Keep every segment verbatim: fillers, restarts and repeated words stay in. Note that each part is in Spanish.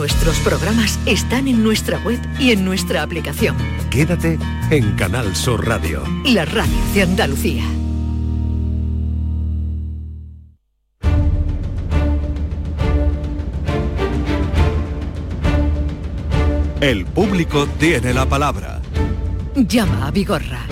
Nuestros programas están en nuestra web y en nuestra aplicación. Quédate en Canal Sur Radio. La radio de Andalucía. El público tiene la palabra. Llama a Vigorra.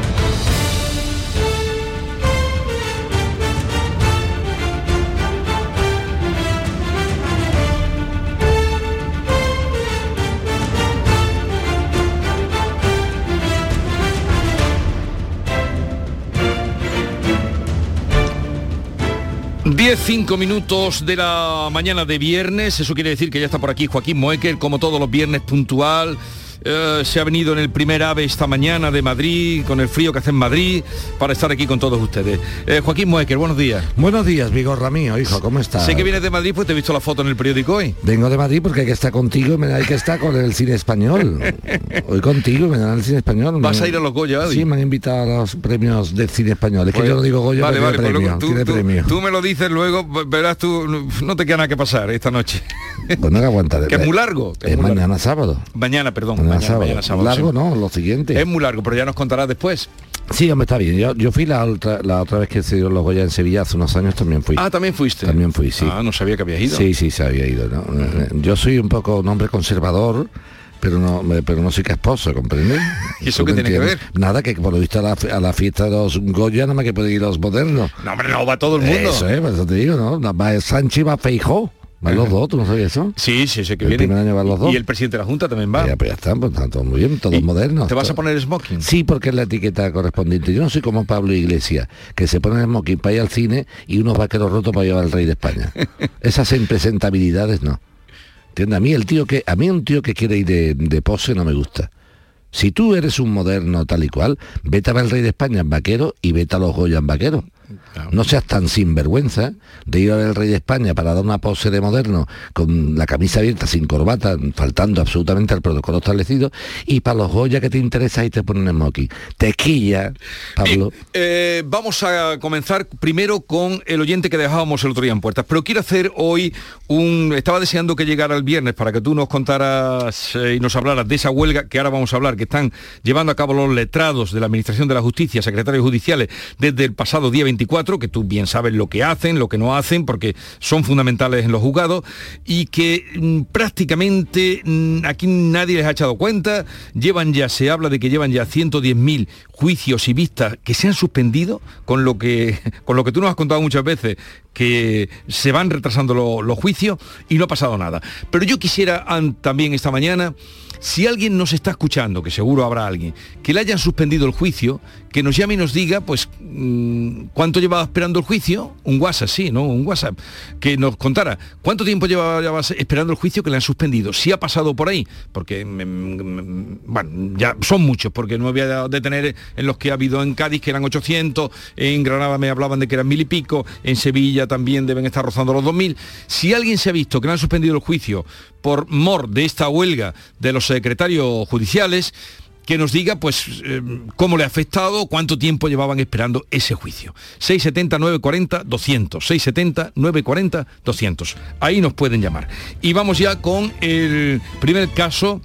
diez, cinco minutos de la mañana de viernes, eso quiere decir que ya está por aquí Joaquín Moecker, como todos los viernes, puntual. Uh, se ha venido en el primer AVE esta mañana de Madrid, con el frío que hace en Madrid, para estar aquí con todos ustedes. Eh, Joaquín Moecker, buenos días. Buenos días, Vigorra mío, hijo, ¿cómo estás? Sé que vienes de Madrid, pues te he visto la foto en el periódico hoy. Vengo de Madrid porque hay que estar contigo y hay que estar con el cine español. Hoy contigo me dan el cine español. ¿Vas me... a ir a los Goya, Adi? Sí, me han invitado a los premios del cine español. Es pues, que yo no digo Goya, vale, pero vale, tiene pues premio, luego tú, tiene tú, premio. Tú me lo dices luego, verás tú, no te queda nada que pasar esta noche. Pues no que aguantar. Que es muy largo. Es, es muy mañana largo. sábado. Mañana, perdón. Mañana, mañana sábado. Mañana sábado largo sí. No, lo siguiente. Es muy largo, pero ya nos contarás después. Sí, hombre, está bien. Yo, yo fui la otra, la otra vez que se dio los Goya en Sevilla, hace unos años también fui. Ah, ¿también fuiste? También fui, sí. Ah, no sabía que habías ido. Sí, sí, se había ido, ¿no? Uh-huh. Yo soy un poco un hombre conservador, pero no pero no soy casposo, ¿comprendes? ¿Y eso qué tiene que ver? Nada, que por lo visto a la, a la fiesta de los Goya nada más que pueden ir los modernos. No, hombre, no, va todo el mundo. Eso es, por eso te digo, ¿no? Va Sánchez, va Feijóo. ¿Van los dos? ¿Tú no sabías eso? Sí, sí, sé que el viene. primer año van los dos. Y el presidente de la Junta también va. Ya, pues ya están, pues están todos muy bien, todos modernos. ¿Te vas todo. a poner smoking? Sí, porque es la etiqueta correspondiente. Yo no soy como Pablo Iglesias, que se pone el smoking para ir al cine y unos vaqueros rotos para llevar al rey de España. Esas impresentabilidades no. ¿Entiendes? A mí el tío que, a mí un tío que quiere ir de, de pose no me gusta. Si tú eres un moderno tal y cual, vete a ver al rey de España en vaquero y vete a los Goya en vaquero. Claro. No seas tan sinvergüenza de ir a ver al rey de España para dar una pose de moderno con la camisa abierta, sin corbata, faltando absolutamente al protocolo establecido, y para los Goya que te interesa y te ponen smoking. Tequilla, Pablo. Bien, eh, vamos a comenzar primero con el oyente que dejábamos el otro día en puertas, pero quiero hacer hoy un... Estaba deseando que llegara el viernes para que tú nos contaras eh, y nos hablaras de esa huelga que ahora vamos a hablar, que están llevando a cabo los letrados de la Administración de la Justicia, secretarios judiciales, desde el pasado día veinticuatro, que tú bien sabes lo que hacen, lo que no hacen, porque son fundamentales en los juzgados, y que mm, prácticamente mm, aquí nadie les ha echado cuenta. Llevan ya, se habla de que llevan ya ciento diez mil juicios y vistas que se han suspendido, con lo que, con lo que tú nos has contado muchas veces, que se van retrasando lo, los juicios y no ha pasado nada. Pero yo quisiera an, también esta mañana, si alguien nos está escuchando, que seguro habrá alguien, que le hayan suspendido el juicio, que nos llame y nos diga, pues, mmm, cuánto llevaba esperando el juicio, un WhatsApp, sí, ¿no? Un WhatsApp, que nos contara cuánto tiempo llevaba, llevaba esperando el juicio que le han suspendido, si ha pasado por ahí, porque, mmm, bueno, ya son muchos, porque no me voy a detener en los que ha habido en Cádiz, que eran ochocientos, en Granada me hablaban de que eran mil y pico, en Sevilla también deben estar rozando los dos mil. Si alguien se ha visto que le han suspendido el juicio por mor de esta huelga de los secretarios judiciales, que nos diga pues eh, cómo le ha afectado, cuánto tiempo llevaban esperando ese juicio. seis siete cero, nueve cuatro cero, doscientos, seis siete cero, nueve cuatro cero, doscientos. Ahí nos pueden llamar. Y vamos ya con el primer caso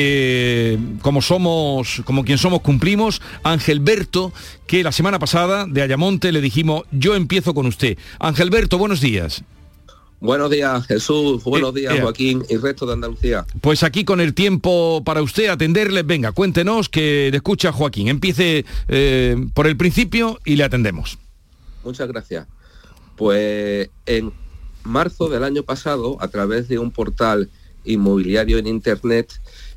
que, como somos, como quien somos, cumplimos. Angelberto, que la semana pasada de Ayamonte le dijimos, yo empiezo con usted. Angelberto, buenos días. Buenos días, Jesús. Buenos días, eh, Joaquín y resto de Andalucía. Pues aquí con el tiempo para usted atenderle. Venga, cuéntenos, que le escucha Joaquín. Empiece eh, por el principio y le atendemos. Muchas gracias. Pues en marzo del año pasado, a través de un portal inmobiliario en internet,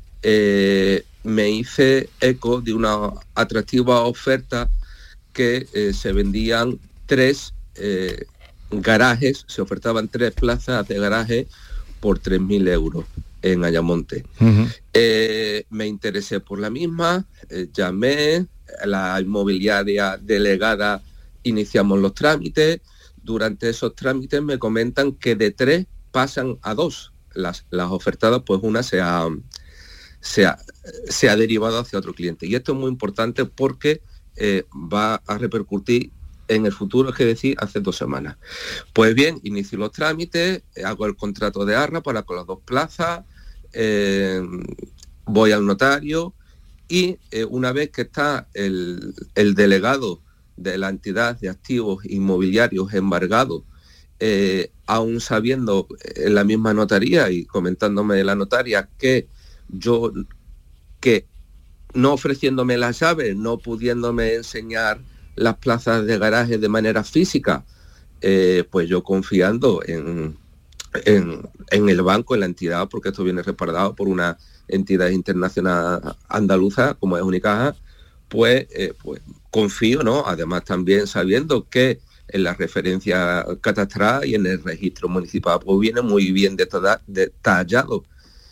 eh, me hice eco de una atractiva oferta que eh, se vendían tres eh, garajes, se ofertaban tres plazas de garaje por tres mil euros en Ayamonte. Uh-huh. Eh, me interesé por la misma, eh, llamé a la inmobiliaria delegada, iniciamos los trámites. Durante esos trámites me comentan que de tres pasan a dos. Las, las ofertadas, pues una se ha, se, ha, se ha derivado hacia otro cliente. Y esto es muy importante porque eh, va a repercutir en el futuro, es que decir, hace dos semanas. Pues bien, inicio los trámites, hago el contrato de arra para con las dos plazas, eh, voy al notario y eh, una vez que está el, el delegado de la entidad de activos inmobiliarios embargado, eh, aún sabiendo en la misma notaría y comentándome la notaria que yo, que no ofreciéndome las llaves, no pudiéndome enseñar las plazas de garaje de manera física, eh, pues yo confiando en, en, en el banco, en la entidad, porque esto viene respaldado por una entidad internacional andaluza como es Unicaja, pues, eh, pues confío, ¿no? Además también sabiendo que en la referencia catastral y en el registro municipal pues viene muy bien detallado.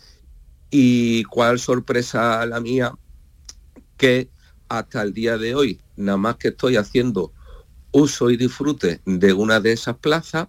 Y cuál sorpresa la mía, que hasta el día de hoy, nada más que estoy haciendo uso y disfrute de una de esas plazas,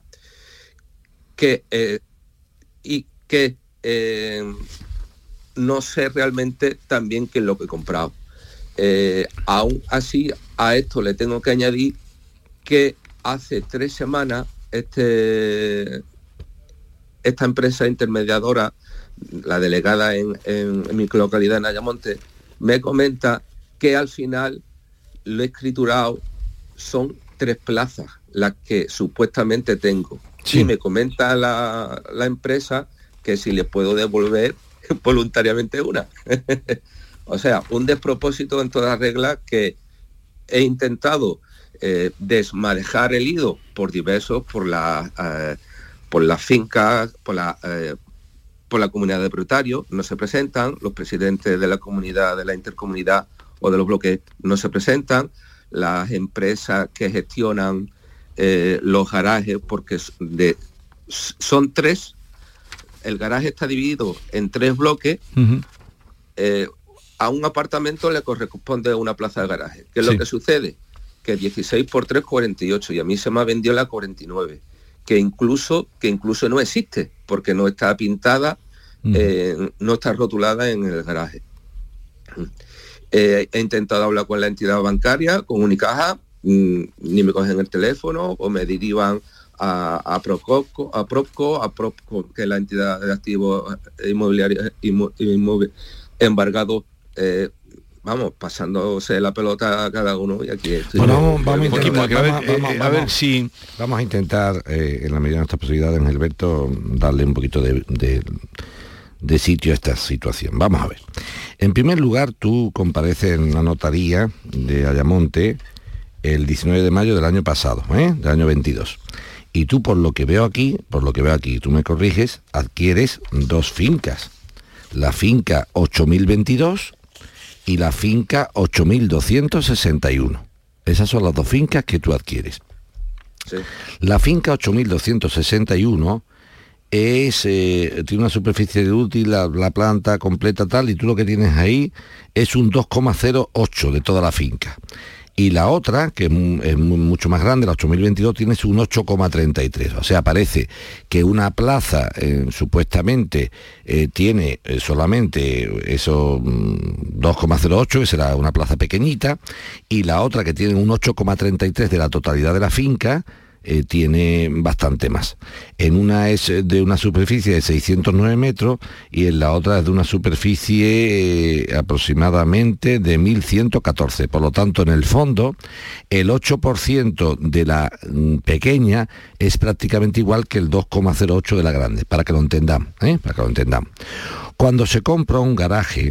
que eh, y que eh, no sé realmente también qué es lo que he comprado. Eh, aún así, a esto le tengo que añadir que hace tres semanas este, esta empresa intermediadora, la delegada en, en, en mi localidad en Ayamonte, me comenta que al final lo he escriturado, son tres plazas las que supuestamente tengo. Sí. Y me comenta la, la empresa que si les puedo devolver voluntariamente una. O sea, un despropósito en toda regla que he intentado eh, desmadejar el hilo por diversos, por la eh, por las fincas, por la eh, por la comunidad de propietarios, no se presentan, los presidentes de la comunidad, de la intercomunidad o de los bloques no se presentan, las empresas que gestionan eh, los garajes, porque de, son tres, el garaje está dividido en tres bloques, uh-huh. eh, a un apartamento le corresponde una plaza de garaje. ¿Qué es sí. lo que sucede? Que dieciséis por tres, cuarenta y ocho, y a mí se me ha vendido la cuarenta y nueve, que incluso, que incluso no existe, porque no está pintada, uh-huh. eh, no está rotulada en el garaje. Eh, he intentado hablar con la entidad bancaria, con Unicaja, mmm, ni me cogen el teléfono o me derivan a, a Propco, a Propco, a Propco, que es la entidad de activos inmobiliarios inmobiliarios embargados, eh, vamos, pasándose la pelota a cada uno y aquí estoy. Bueno, vamos, vamos a intentar, vamos, vamos, vamos, vamos, a ver si vamos a intentar, eh, en la medida de nuestras posibilidades, en Gilberto, darle un poquito de, de, de sitio a esta situación. Vamos a ver. En primer lugar, tú compareces en la notaría de Ayamonte el diecinueve de mayo del año pasado, ¿eh? del año veintidós. Y tú, por lo que veo aquí, por lo que veo aquí, tú me corriges, adquieres dos fincas. La finca ocho mil veintidós y la finca ocho mil doscientos sesenta y uno. Esas son las dos fincas que tú adquieres. Sí. La finca ocho mil doscientos sesenta y uno es, eh, tiene una superficie de útil, la, la planta completa tal, y tú lo que tienes ahí es un dos coma cero ocho de toda la finca. Y la otra, que es, es mucho más grande, la ocho mil veintidós, tienes un ocho coma treinta y tres. O sea, parece que una plaza eh, supuestamente eh, tiene eh, solamente esos dos coma cero ocho, que será una plaza pequeñita, y la otra, que tiene un ocho coma treinta y tres de la totalidad de la finca, Eh, tiene bastante más. En una es de una superficie de seiscientos nueve metros y en la otra es de una superficie eh, aproximadamente de mil ciento catorce. Por lo tanto, en el fondo, el ocho por ciento de la mm, pequeña es prácticamente igual que el dos coma cero ocho de la grande, para que lo entendamos, ¿eh? para que lo entendamos. Cuando se compra un garaje,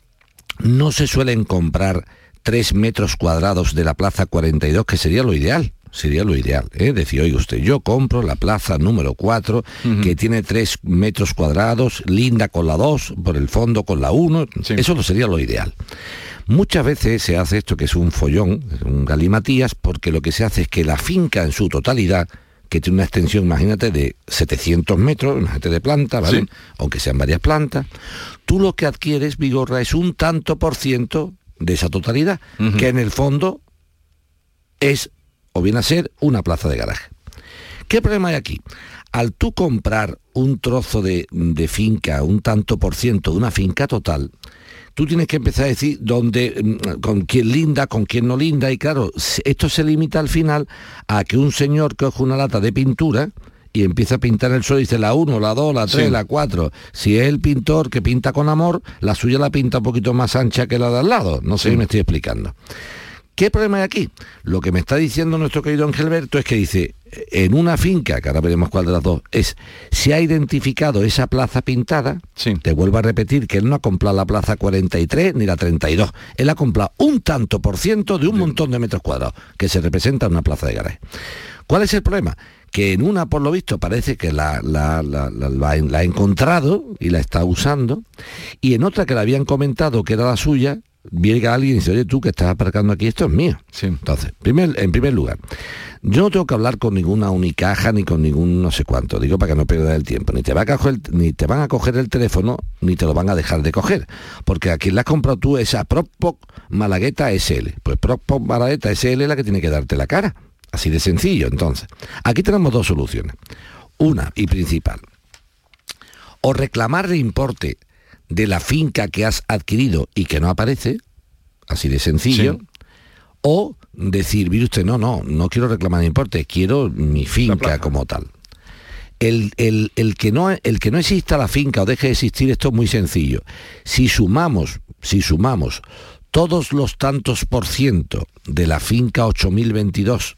no se suelen comprar tres metros cuadrados de la plaza cuarenta y dos, que sería lo ideal. Sería lo ideal, ¿eh? Decir, oiga usted, yo compro la plaza número cuatro, uh-huh. que tiene tres metros cuadrados, linda con la dos, por el fondo con la uno, sí. Eso sería lo ideal. Muchas veces se hace esto, que es un follón, un galimatías, porque lo que se hace es que la finca en su totalidad, que tiene una extensión, imagínate, de setecientos metros, imagínate de planta, ¿vale? Sí. Aunque sean varias plantas, tú lo que adquieres, Vigorra, es un tanto por ciento de esa totalidad, uh-huh. que en el fondo es, o viene a ser, una plaza de garaje. ¿Qué problema hay aquí? al tú comprar un trozo de, de finca, un tanto por ciento de una finca total, tú tienes que empezar a decir dónde, con quién linda, con quién no linda, y claro, esto se limita al final a que un señor coge una lata de pintura y empieza a pintar el suelo y dice la uno, la dos, la tres, sí. la cuatro. Si es el pintor que pinta con amor, la suya la pinta un poquito más ancha que la de al lado. No sé sí. si me estoy explicando. ¿Qué problema hay aquí? Lo que me está diciendo nuestro querido Angelberto es que dice, en una finca, que ahora veremos cuál de las dos, es, se ha identificado esa plaza pintada, sí. te vuelvo a repetir que él no ha comprado la plaza cuarenta y tres ni la treinta y dos, él ha comprado un tanto por ciento de un montón de metros cuadrados, que se representa en una plaza de garaje. ¿Cuál es el problema? Que en una, por lo visto, parece que la, la, la, la, la, la ha encontrado y la está usando, y en otra que la habían comentado que era la suya, llega alguien y dice, oye, tú que estás aparcando aquí, esto es mío. Sí. Entonces, primer, en primer lugar, yo no tengo que hablar con ninguna Unicaja ni con ningún no sé cuánto, digo para que no pierdas el tiempo, ni te, va a coger, ni te van a coger el teléfono, ni te lo van a dejar de coger, porque a quien la has comprado tú es a Proppoc Malagueta S L, pues Proppoc Malagueta S L es la que tiene que darte la cara, así de sencillo. Entonces, aquí tenemos dos soluciones, una y principal, o reclamar el importe de la finca que has adquirido y que no aparece, así de sencillo, sí. o decir, mire usted, no, no, no quiero reclamar el importe, quiero mi finca como tal. El, el, el, que no, el que no exista la finca o deje de existir, esto es muy sencillo. Si sumamos, si sumamos todos los tantos por ciento de la finca ocho mil veintidós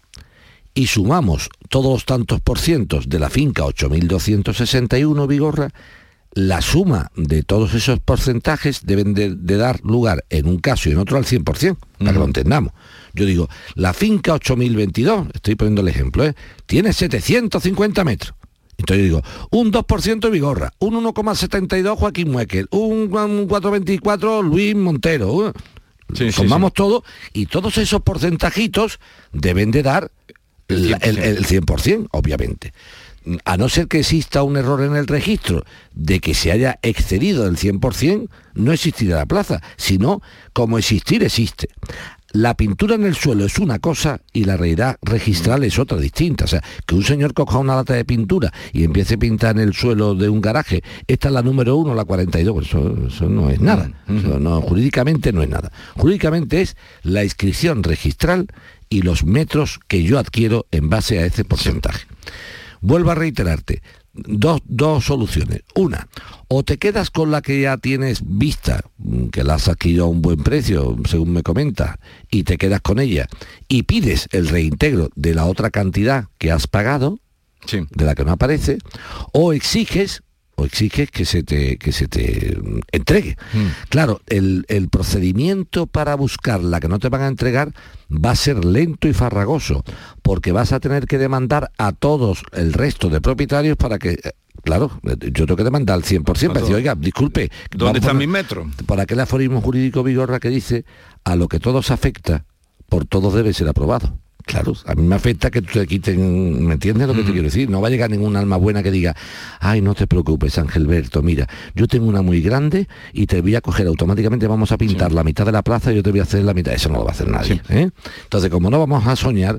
y sumamos todos los tantos por cientos de la finca ocho mil doscientos sesenta y uno, Vigorra, la suma de todos esos porcentajes deben de, de dar lugar, en un caso y en otro, al cien por ciento, para uh-huh. que lo entendamos. Yo digo, la finca ocho mil veintidós, estoy poniendo el ejemplo, ¿eh? tiene setecientos cincuenta metros. Entonces yo digo, un dos por ciento Vigorra, un uno coma setenta y dos Joaquín Muekel, un, un cuatro coma veinticuatro Luis Montero. Uh, sí, sumamos sí, sí. todo, y todos esos porcentajitos deben de dar el cien por ciento, la, el, el cien por ciento, obviamente. A no ser que exista un error en el registro de que se haya excedido del cien por ciento, no existirá la plaza, sino como existir existe. La pintura en el suelo es una cosa y la realidad registral es otra distinta. O sea, que un señor coja una lata de pintura y empiece a pintar en el suelo de un garaje, esta es la número uno, la cuarenta y dos, eso, eso no es nada. Eso no, jurídicamente no es nada. Jurídicamente es la inscripción registral y los metros que yo adquiero en base a ese porcentaje. Vuelvo a reiterarte, dos, dos soluciones. Una, o te quedas con la que ya tienes vista, que la has adquirido a un buen precio, según me comentas, y te quedas con ella, y pides el reintegro de la otra cantidad que has pagado, sí. de la que no aparece, o exiges o exiges que se te, que se te entregue. Mm. Claro, el, el procedimiento para buscar la que no te van a entregar va a ser lento y farragoso, porque vas a tener que demandar a todos el resto de propietarios para que... Claro, yo tengo que demandar al cien por ciento para decir, oiga, disculpe... ¿Dónde están mis metros? Por aquel aforismo jurídico Vigorra que dice, a lo que todos afecta, por todos debe ser aprobado. Claro, a mí me afecta que te quiten, ¿me entiendes lo que mm. te quiero decir? No va a llegar ningún alma buena que diga, ay, no te preocupes, Angelberto, mira, yo tengo una muy grande y te voy a coger automáticamente, vamos a pintar sí. la mitad de la plaza y yo te voy a hacer la mitad. Eso no lo va a hacer nadie. Sí. ¿eh? Entonces, como no vamos a soñar,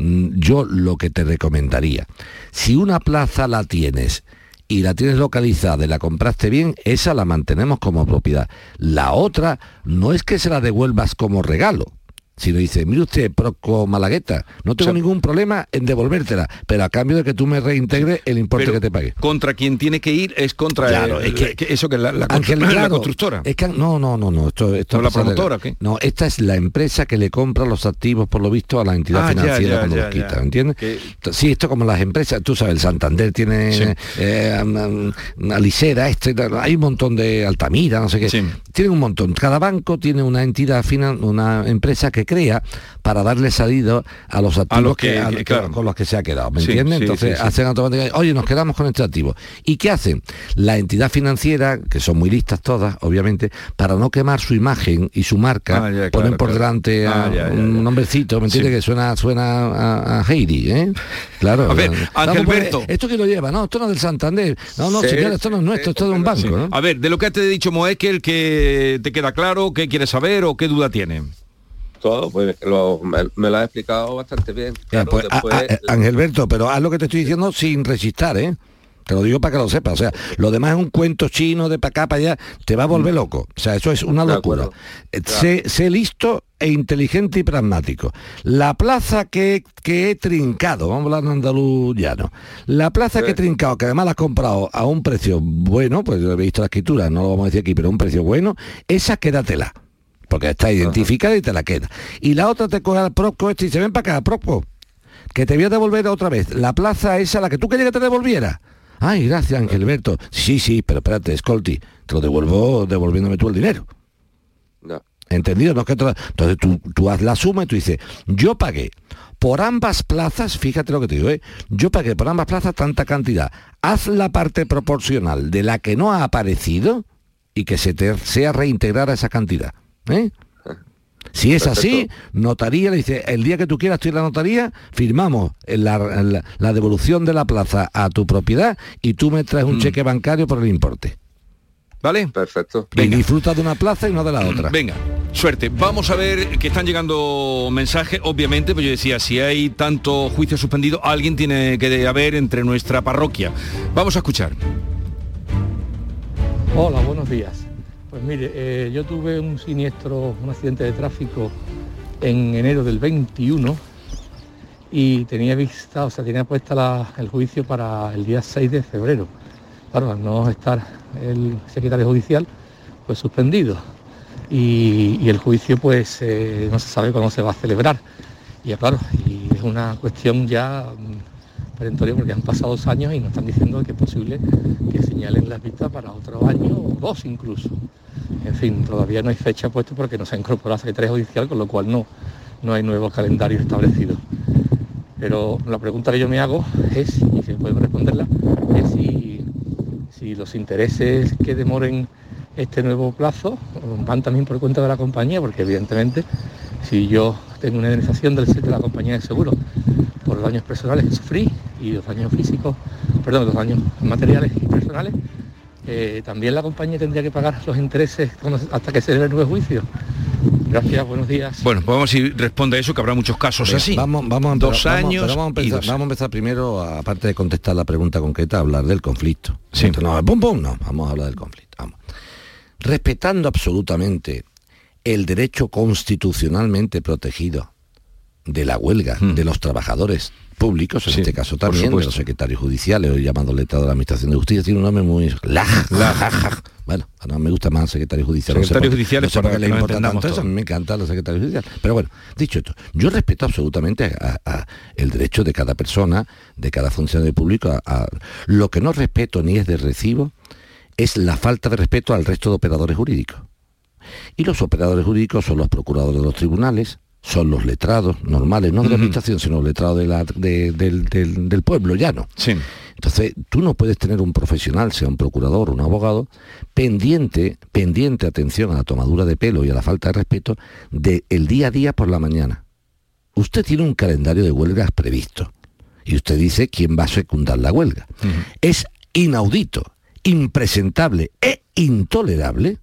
yo lo que te recomendaría, si una plaza la tienes y la tienes localizada y la compraste bien, esa la mantenemos como propiedad. La otra no es que se la devuelvas como regalo, sino dice, mire usted, Proppoc Malagueta, no tengo o sea, ningún problema en devolvértela, pero a cambio de que tú me reintegres el importe que te pague. Contra quien tiene que ir es contra claro, el, es que, que eso que la, la, Ángel, constru- claro, la constructora. Es que, no, no, no, no. Esto, esto ¿No la promotora qué? No, esta es la empresa que le compra los activos, por lo visto, a la entidad ah, financiera ya, ya, cuando ya, los quita, ya. ¿entiendes? Que... Sí, esto como las empresas, tú sabes, el Santander tiene sí. eh, una, una lisera, este, hay un montón de Altamira, no sé qué. Sí. Tienen un montón. Cada banco tiene una entidad, finan, una empresa que crea para darle salida a los activos a los que, que, a, que, claro. con los que se ha quedado, ¿me sí, entiendes? Sí, Entonces sí, sí. hacen automáticamente, oye, nos quedamos con este activo. ¿Y qué hacen? La entidad financiera, que son muy listas todas, obviamente, para no quemar su imagen y su marca, ah, ya, ponen claro, por claro. delante a ah, ya, ya, un ya. nombrecito, ¿me entiendes? Sí. Que suena suena a, a Heidi, ¿eh? Claro. A ver, Angelberto. Pues, ¿esto quién lo lleva? No, esto no es del Santander. No, no, sí, señor, esto no es nuestro, esto es de un banco, sí. ¿no? A ver, de lo que te he dicho, Moekel, que te queda claro, qué quieres saber o qué duda tiene. Todo, pues lo, me, me lo has explicado bastante bien. Claro, ya, pues, después... a, a, Angelberto, pero haz lo que te estoy diciendo sin resistir, ¿eh? Te lo digo para que lo sepas. O sea, lo demás es un cuento chino de para acá, para allá, te va a volver loco. O sea, eso es una locura. Sé, sé listo e inteligente y pragmático. La plaza que, que he trincado, vamos a hablar en andaluz llano, la plaza sí. que he trincado, que además la has comprado a un precio bueno, pues yo he visto la escritura, no lo vamos a decir aquí, pero un precio bueno, esa quédatela. Porque está identificada y te la queda. Y la otra te coge al Procco este y dice, ven para acá, Procco, que te voy a devolver otra vez. La plaza esa, la que tú querías que te devolviera. Ay, gracias, Angelberto. Sí, sí, pero espérate, Escolti, te lo devuelvo devolviéndome tú el dinero. No. ¿Entendido? No es que te... Entonces tú, tú haz la suma y tú dices, yo pagué por ambas plazas, fíjate lo que te digo, ¿eh? Yo pagué por ambas plazas tanta cantidad. Haz la parte proporcional de la que no ha aparecido y que se te sea reintegrar a esa cantidad. ¿Eh? Si es Perfecto. Así, notaría, le dice, el día que tú quieras estoy en la notaría, firmamos la, la, la devolución de la plaza a tu propiedad y tú me traes un mm. cheque bancario por el importe. ¿Vale? Perfecto. Y disfrutas de una plaza y no de la otra. Venga, suerte. Vamos a ver que están llegando mensajes, obviamente, pues yo decía, si hay tanto juicio suspendido, alguien tiene que haber entre nuestra parroquia. Vamos a escuchar. Hola, buenos días. Pues mire, eh, yo tuve un siniestro, un accidente de tráfico en enero del veintiuno y tenía vista, o sea, tenía puesta la, el juicio para el día seis de febrero. Claro, al no estar el secretario judicial, pues suspendido. Y, y el juicio, pues, eh, no se sabe cuándo se va a celebrar. Y ya, claro, y es una cuestión ya perentoria porque han pasado dos años y nos están diciendo que es posible que señalen las vistas para otro año o dos incluso. En fin, todavía no hay fecha puesta porque no se ha incorporado la Secretaría Judicial, con lo cual no, no hay nuevos calendarios establecidos. Pero la pregunta que yo me hago es, y si puedo responderla, es si, si los intereses que demoren este nuevo plazo van también por cuenta de la compañía, porque evidentemente si yo tengo una indemnización del, de la compañía de seguro por los daños personales que sufrí y los daños físicos, perdón, los daños materiales y personales, eh, también la compañía tendría que pagar los intereses hasta que se dé el nuevo juicio. Gracias, buenos días. Bueno, pues vamos a ir, responde a eso, que habrá muchos casos Bien, así. Vamos, vamos, dos vamos, años vamos, a empezar, dos. vamos a empezar primero, aparte de contestar la pregunta concreta, a hablar del conflicto. Sí. Entonces, no, pum, pum, no, vamos a hablar del conflicto. Vamos. Respetando absolutamente el derecho constitucionalmente protegido de la huelga hmm. de los trabajadores públicos, en sí, este caso también de los secretarios judiciales, hoy llamado letrado de la Administración de Justicia, tiene un nombre muy... Laj, laj, laj. Bueno, ahora me gusta más secretario judicial. Secretario no sé judicial no sé para por qué que le no importa tanto todo. eso, a mí me encanta los secretarios judiciales. Pero bueno, dicho esto, yo respeto absolutamente a, a, a el derecho de cada persona, de cada funcionario público. A, a, lo que no respeto ni es de recibo es la falta de respeto al resto de operadores jurídicos. Y los operadores jurídicos son los procuradores de los tribunales, son los letrados normales, no de la administración, sino los letrados de la, de, del, del, del pueblo llano. Sí. Entonces, tú no puedes tener un profesional, sea un procurador o un abogado, pendiente, pendiente, atención a la tomadura de pelo y a la falta de respeto del día a día por la mañana. Usted tiene un calendario de huelgas previsto y usted dice quién va a secundar la huelga. Uh-huh. Es inaudito, impresentable e intolerable,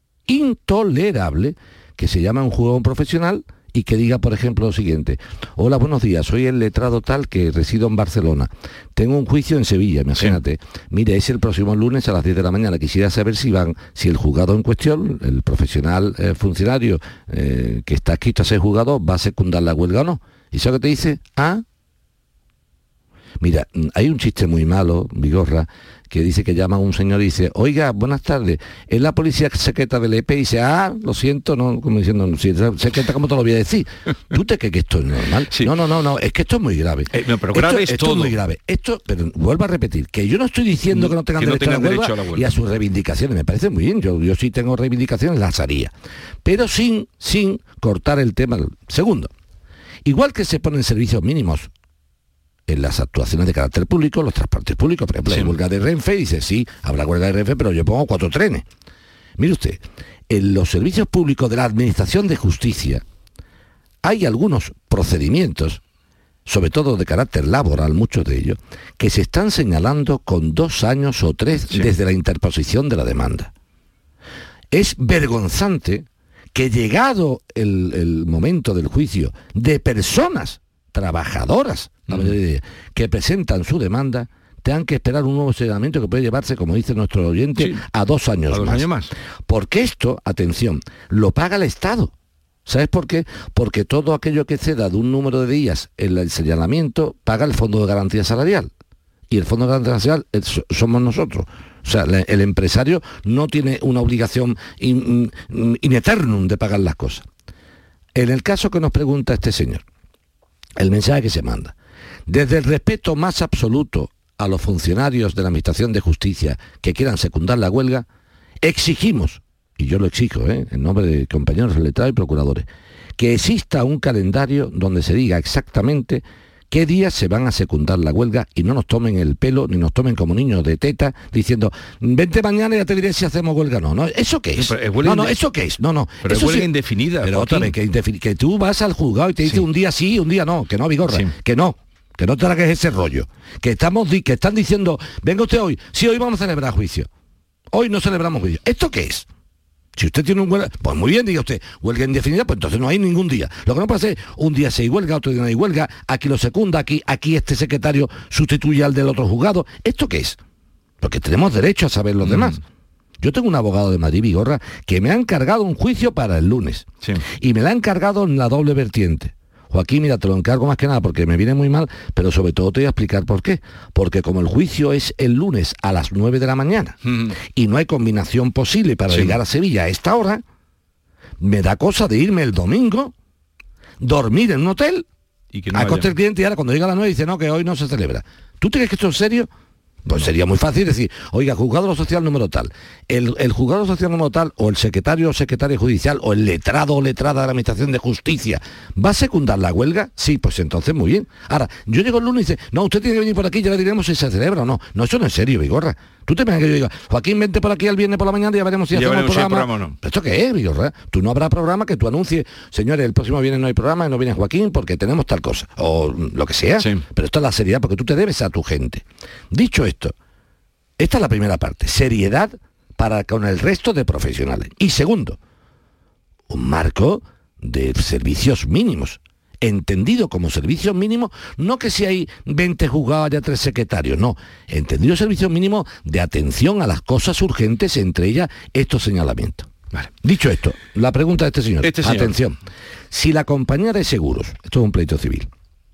intolerable que se llame a un jugador profesional y que diga, por ejemplo, lo siguiente: hola, buenos días, soy el letrado tal que resido en Barcelona, tengo un juicio en Sevilla, imagínate, sí. Mire, es el próximo lunes a las diez de la mañana, quisiera saber si van, si el juzgado en cuestión, el profesional eh, funcionario eh, que está escrito a ser juzgado, va a secundar la huelga o no. ¿Y eso que te dice? Ah, mira, hay un chiste muy malo, Vigorra, que dice que llama a un señor y dice, oiga, buenas tardes, es la policía secreta del E P, y dice, ah, lo siento, no, como diciendo, si es secreta, ¿cómo te lo voy a decir? ¿Tú te crees que esto es normal? Sí. No, no, no, no, es que esto es muy grave. Eh, no, pero grave esto, es esto todo. es muy grave. Esto, pero vuelvo a repetir, que yo no estoy diciendo que no tengan, que no derecho, tengan a la derecho a la huelga y a sus reivindicaciones, me parece muy bien, yo, yo sí tengo reivindicaciones, las haría, pero sin, sin cortar el tema. Segundo, igual que se ponen servicios mínimos en las actuaciones de carácter público, los transportes públicos, por ejemplo, sí. Hay huelga de Renfe, y dice, sí, habrá huelga de Renfe, pero yo pongo cuatro trenes. Mire usted, en los servicios públicos de la Administración de Justicia hay algunos procedimientos, sobre todo de carácter laboral, muchos de ellos, que se están señalando con dos años o tres sí. desde la interposición de la demanda. Es vergonzante que llegado el, el momento del juicio de personas trabajadoras, la mayoría de ellas, que presentan su demanda, tengan que esperar un nuevo señalamiento que puede llevarse, como dice nuestro oyente, sí, a dos años, a dos más. años más. Porque esto, atención, lo paga el Estado. ¿Sabes por qué? Porque todo aquello que ceda de un número de días en el señalamiento paga el Fondo de Garantía Salarial. Y el Fondo de Garantía Salarial es, somos nosotros. O sea, el empresario no tiene una obligación in, in, in eternum de pagar las cosas. En el caso que nos pregunta este señor, el mensaje que se manda, desde el respeto más absoluto a los funcionarios de la Administración de Justicia que quieran secundar la huelga, exigimos, y yo lo exijo, ¿eh? en nombre de compañeros letrados y procuradores, que exista un calendario donde se diga exactamente qué días se van a secundar la huelga y no nos tomen el pelo ni nos tomen como niños de teta diciendo vente mañana y ya te diré si hacemos huelga. No, no, ¿eso qué es? Sí, es no, no, ¿eso qué es? No, no. Pero eso es huelga sí, indefinida. Pero otra vez, que, indefin- que tú vas al juzgado y te dice sí. un día sí, un día no, que no, Vigorra, sí. que no. Que no tragues ese rollo. Que estamos di- que están diciendo, venga usted hoy, sí, hoy vamos a celebrar juicio. Hoy no celebramos juicio. ¿Esto qué es? Si usted tiene un huelga, pues muy bien, diga usted, huelga indefinida, pues entonces no hay ningún día. Lo que no puede ser, un día se hay huelga, otro día no hay huelga, aquí lo secunda, aquí, aquí este secretario sustituye al del otro juzgado. ¿Esto qué es? Porque tenemos derecho a saber los mm. demás. Yo tengo un abogado de Madrid, Vigorra, que me ha encargado un juicio para el lunes. Sí. Y me lo ha encargado en la doble vertiente. Joaquín, mira, te lo encargo más que nada porque me viene muy mal, pero sobre todo te voy a explicar por qué. Porque como el juicio es el lunes a las nueve de la mañana mm. y no hay combinación posible para sí. llegar a Sevilla a esta hora, me da cosa de irme el domingo, dormir en un hotel, y que no acoste el cliente y ahora cuando llega a las nueve dice, no, que hoy no se celebra. ¿Tú crees que esto es serio? Pues sería muy fácil decir, oiga, juzgado social número tal, el, el juzgado social número tal, o el secretario o secretaria judicial, o el letrado o letrada de la Administración de Justicia, ¿va a secundar la huelga? Sí, pues entonces muy bien. Ahora, yo llego el lunes y dice, no, usted tiene que venir por aquí, ya le diremos si se celebra o no. No, eso no es serio, Vigorra. Tú te imaginas que yo diga, Joaquín, vente por aquí el viernes por la mañana y ya veremos si ya hacemos veremos programa. Si programa o no. ¿Esto qué es, Vigorra? Tú no habrá programa que tú anuncies, señores, el próximo viernes no hay programa y no viene Joaquín porque tenemos tal cosa, o lo que sea. Sí. Pero esto es la seriedad, porque tú te debes a tu gente. Dicho esto, esta es la primera parte, seriedad para con el resto de profesionales. Y segundo, un marco de servicios mínimos, entendido como servicios mínimos, no que si hay veinte juzgados haya tres secretarios, no, entendido servicios mínimos de atención a las cosas urgentes, entre ellas estos señalamientos. Vale. Dicho esto, la pregunta de este señor, este señor. Atención, si la compañía de seguros, esto es un pleito civil,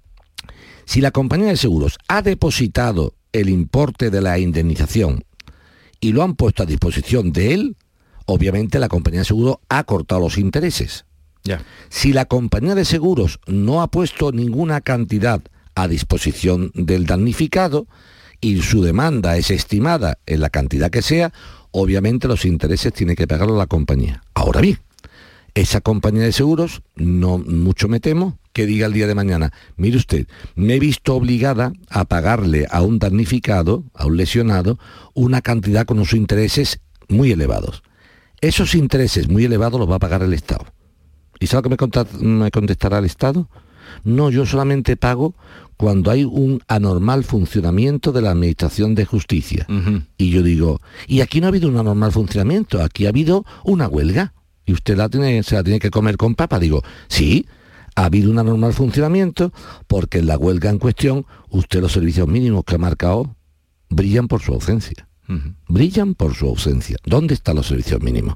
si la compañía de seguros ha depositado el importe de la indemnización y lo han puesto a disposición de él, obviamente la compañía de seguros ha cortado los intereses. Ya. Si la compañía de seguros no ha puesto ninguna cantidad a disposición del damnificado y su demanda es estimada en la cantidad que sea, obviamente los intereses tiene que pagarlo la compañía. Ahora bien, esa compañía de seguros, no mucho me temo, que diga el día de mañana, mire usted, me he visto obligada a pagarle a un damnificado, a un lesionado, una cantidad con unos intereses muy elevados. Esos intereses muy elevados los va a pagar el Estado. ¿Y sabe lo que me, conta- me contestará el Estado? No, yo solamente pago cuando hay un anormal funcionamiento de la Administración de Justicia. Uh-huh. Y yo digo, y aquí no ha habido un anormal funcionamiento, aquí ha habido una huelga. Y usted la tiene, se la tiene que comer con papa. Digo, sí, ha habido un anormal funcionamiento porque en la huelga en cuestión, usted los servicios mínimos que ha marcado brillan por su ausencia. Uh-huh. Brillan por su ausencia. ¿Dónde están los servicios mínimos?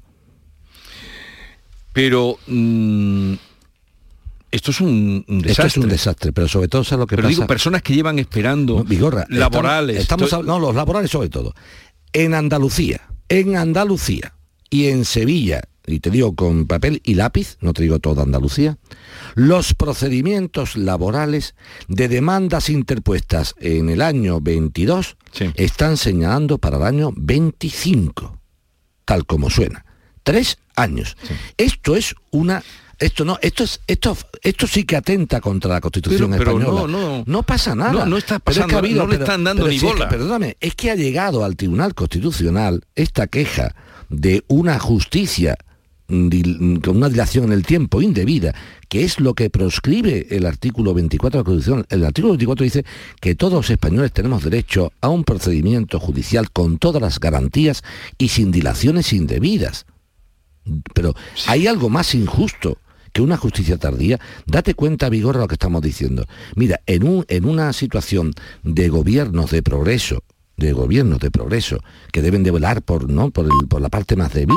Pero mmm, esto es un, un desastre. Esto es un desastre, pero sobre todo, ¿sabes lo que pero pasa? Digo, personas que llevan esperando, no, Vigorra, laborales. Estamos, estamos, no, los laborales sobre todo. En Andalucía, en Andalucía y en Sevilla, y te digo con papel y lápiz, no te digo toda Andalucía, los procedimientos laborales de demandas interpuestas en el año veintidós sí. están señalando para el año veinticinco, tal como suena. Tres años. Sí. Esto es una... Esto no, esto es, esto, esto sí que atenta contra la Constitución pero, pero española. No, no, no pasa nada. No, no está pasando, es que habido, no le están dando pero, ni pero bola. Es que, perdóname, es que ha llegado al Tribunal Constitucional esta queja de una justicia con una dilación en el tiempo indebida, que es lo que proscribe el artículo veinticuatro de la Constitución. El artículo veinticuatro dice que todos los españoles tenemos derecho a un procedimiento judicial con todas las garantías y sin dilaciones indebidas. Pero sí. Hay algo más injusto que una justicia tardía. Date cuenta, Vigorra, lo que estamos diciendo. Mira, en, un, en una situación de gobiernos de progreso, de gobiernos de progreso, que deben de velar por, ¿no? por, el, por la parte más débil,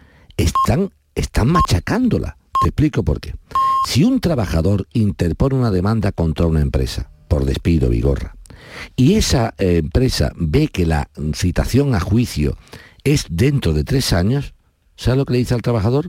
están, están machacándola. Te explico por qué. Si un trabajador interpone una demanda contra una empresa, por despido, Vigorra, y esa eh, empresa ve que la citación a juicio es dentro de tres años, ¿sabes lo que le dice al trabajador?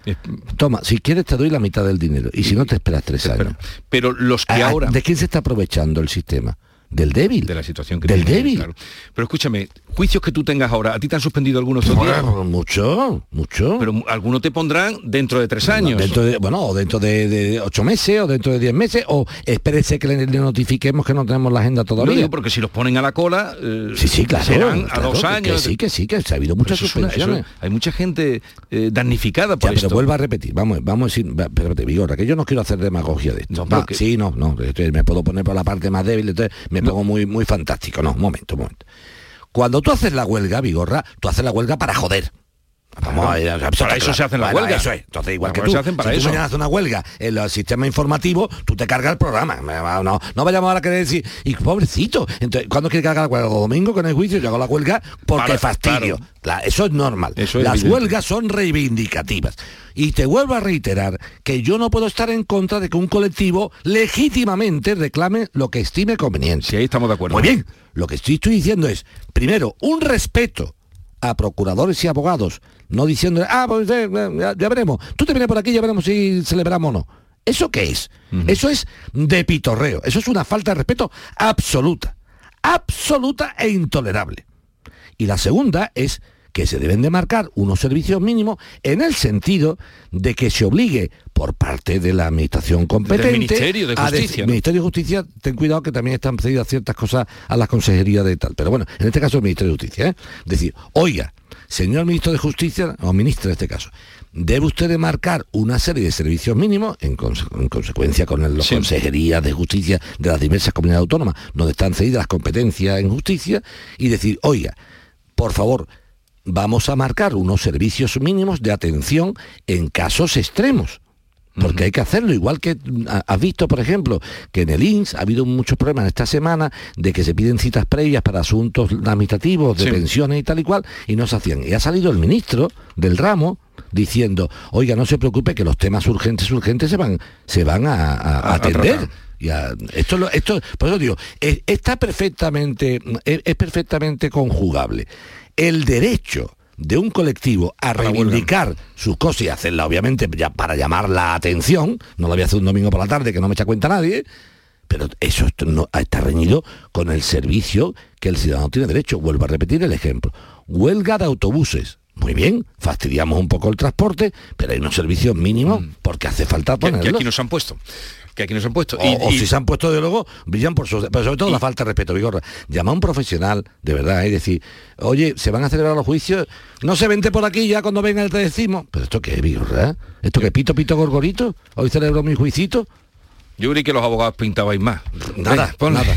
Toma, si quieres te doy la mitad del dinero, y si no te esperas tres años. Pero, pero los que ¿A, ahora... ¿De quién se está aprovechando el sistema? Del débil. De la situación que Del tiene, débil. Claro. Pero escúchame, juicios que tú tengas ahora, ¿a ti te han suspendido algunos otros días? Bueno, mucho, mucho. Pero algunos te pondrán dentro de tres años. Dentro de, bueno, o dentro de, de ocho meses, o dentro de diez meses, o espérese que le, le notifiquemos que no tenemos la agenda todavía. No digo porque si los ponen a la cola, eh, sí, sí, claro, serán claro, a dos que, años. Que sí, que sí, que se ha habido muchas suspensiones. Una, eso, hay mucha gente eh, damnificada por ya, esto. Pero vuelvo a repetir, vamos, vamos a decir, espérate, Vigorra, que yo no quiero hacer demagogia de esto. No, Va, que... Sí, no, no, entonces me puedo poner por la parte más débil, entonces me no. pongo muy, muy fantástico. No, un momento, un momento. Cuando tú haces la huelga, Vigorra, tú haces la huelga para joder. Vamos a, a, a, para eso se hacen las bueno, huelgas. Eso es. Entonces, igual bueno, que tú, se hacen para si eso. tú mañana haces una huelga en el sistema informativo, tú te cargas el programa. No, no vayamos ahora a querer decir, y pobrecito, entonces, ¿cuándo quiere cargar la huelga? Los domingos con el juicio yo hago la huelga porque para, fastidio. Claro. Claro, eso es normal. Eso es Las evidente. Huelgas son reivindicativas. Y te vuelvo a reiterar que yo no puedo estar en contra de que un colectivo legítimamente reclame lo que estime conveniente. Sí, ahí estamos de acuerdo. Muy bien, lo que estoy, estoy diciendo es, primero, un respeto a procuradores y abogados, no diciendo, ah, pues eh, ya, ya veremos, tú te vienes por aquí, ya veremos si celebramos o no. ¿Eso qué es? Uh-huh. Eso es de pitorreo, eso es una falta de respeto absoluta, absoluta e intolerable. Y la segunda es que se deben de marcar unos servicios mínimos en el sentido de que se obligue por parte de la administración competente... Del Ministerio de Justicia. El ¿no? Ministerio de Justicia, ten cuidado que también están pedidas ciertas cosas a la consejería de tal. Pero bueno, en este caso el Ministerio de Justicia, ¿eh? Decir, oiga, señor ministro de Justicia, o ministro en este caso, debe usted de marcar una serie de servicios mínimos en, conse- en consecuencia con las sí. consejerías de justicia de las diversas comunidades autónomas, donde están cedidas las competencias en justicia, y decir, oiga, por favor, vamos a marcar unos servicios mínimos de atención en casos extremos. Porque uh-huh. hay que hacerlo, igual que has visto, por ejemplo, que en el I N S ha habido muchos problemas esta semana de que se piden citas previas para asuntos administrativos, de sí. pensiones y tal y cual, y no se hacían. Y ha salido el ministro del ramo diciendo, oiga, no se preocupe que los temas urgentes, urgentes se van, se van a, a, a atender. Ya, esto, esto, por eso digo, es, está perfectamente, es, es perfectamente conjugable el derecho de un colectivo a para reivindicar huelga. Sus cosas y hacerla, obviamente, ya para llamar la atención, no lo voy a hacer un domingo por la tarde que no me echa cuenta nadie, pero eso no, está reñido con el servicio que el ciudadano tiene derecho. Vuelvo a repetir el ejemplo. Huelga de autobuses. Muy bien, fastidiamos un poco el transporte, pero hay unos servicios mínimos mm. porque hace falta ponerlos. Que aquí nos han puesto. que aquí nos han puesto. O, y, o y... si se han puesto de luego, brillan por su... Pero sobre todo y... la falta de respeto, Vigorra. Llama a un profesional, de verdad, y decir, oye, se van a celebrar los juicios, no se vente por aquí ya cuando venga te decimos. ¿Pero esto qué es, Vigorra? ¿Esto qué, pito, pito, gorgorito? ¿Hoy celebro mi juicito? Yo creí que los abogados pintabais más. Nada, Venga, nada.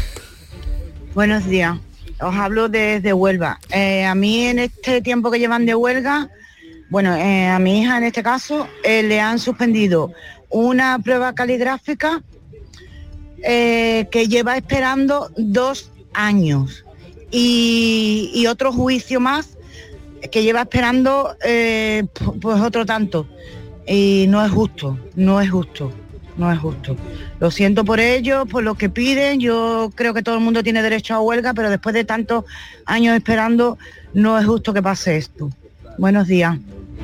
Buenos días. Os hablo desde Huelva. Eh, a mí en este tiempo que llevan de huelga, bueno, eh, a mi hija en este caso, eh, le han suspendido una prueba caligráfica eh, que lleva esperando dos años y, y otro juicio más que lleva esperando eh, pues otro tanto. Y no es justo, no es justo. No es justo. Lo siento por ellos, por lo que piden. Yo creo que todo el mundo tiene derecho a huelga, pero después de tantos años esperando, no es justo que pase esto. Buenos días.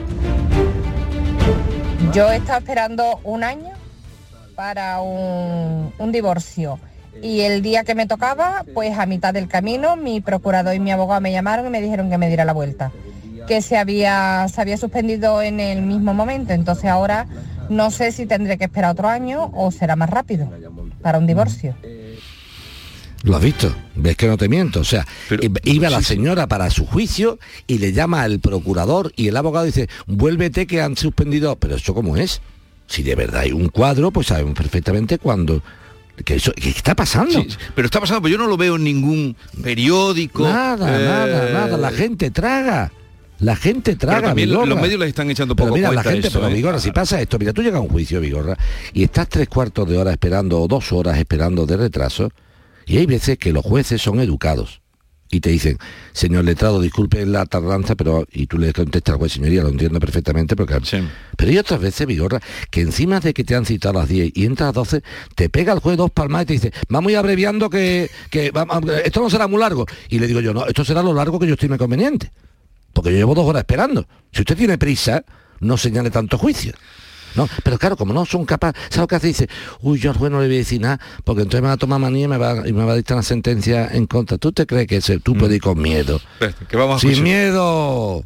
Yo he estado esperando un año para un, un divorcio. Y el día que me tocaba, pues a mitad del camino, mi procurador y mi abogado me llamaron y me dijeron que me diera la vuelta. Que se había, se había suspendido en el mismo momento. Entonces ahora... no sé si tendré que esperar otro año o será más rápido para un divorcio. ¿Lo has visto? ¿Ves que no te miento? O sea, pero, iba la señora para su juicio y le llama al procurador y el abogado dice, vuélvete que han suspendido. ¿Pero eso cómo es? Si de verdad hay un cuadro, pues sabemos perfectamente cuándo... ¿Qué, eso, ¿Qué está pasando? Sí, pero está pasando, pero yo no lo veo en ningún periódico. Nada, eh... nada, nada. La gente traga. La gente traga, pero también Vigorra. los medios les están echando Pero poco mira, cuenta la gente, eso, pero ¿eh? Vigorra, si pasa esto, mira, tú llegas a un juicio, Vigorra, y estás tres cuartos de hora esperando o dos horas esperando de retraso, y hay veces que los jueces son educados y te dicen, señor letrado, disculpe la tardanza, pero, y tú le contestas al juez, señoría, lo entiendo perfectamente, porque... Sí. Pero hay otras veces, Vigorra, que encima de que te han citado a las diez y entras a las doce, te pega el juez dos palmas y te dice, vamos a ir abreviando que, que vamos, esto no será muy largo. Y le digo yo, no, esto será lo largo que yo estime conveniente, porque yo llevo dos horas esperando. Si usted tiene prisa, no señale tanto juicio. No, pero claro, como no son capaces, ¿sabes lo que hace? Dice, uy, yo al juez no le voy a decir nada, porque entonces me va a tomar manía y me va, y me va a dictar una sentencia en contra. ¿Tú te crees que ese, tú mm. puedes ir con miedo? Que vamos a ¡Sin escuchar. miedo!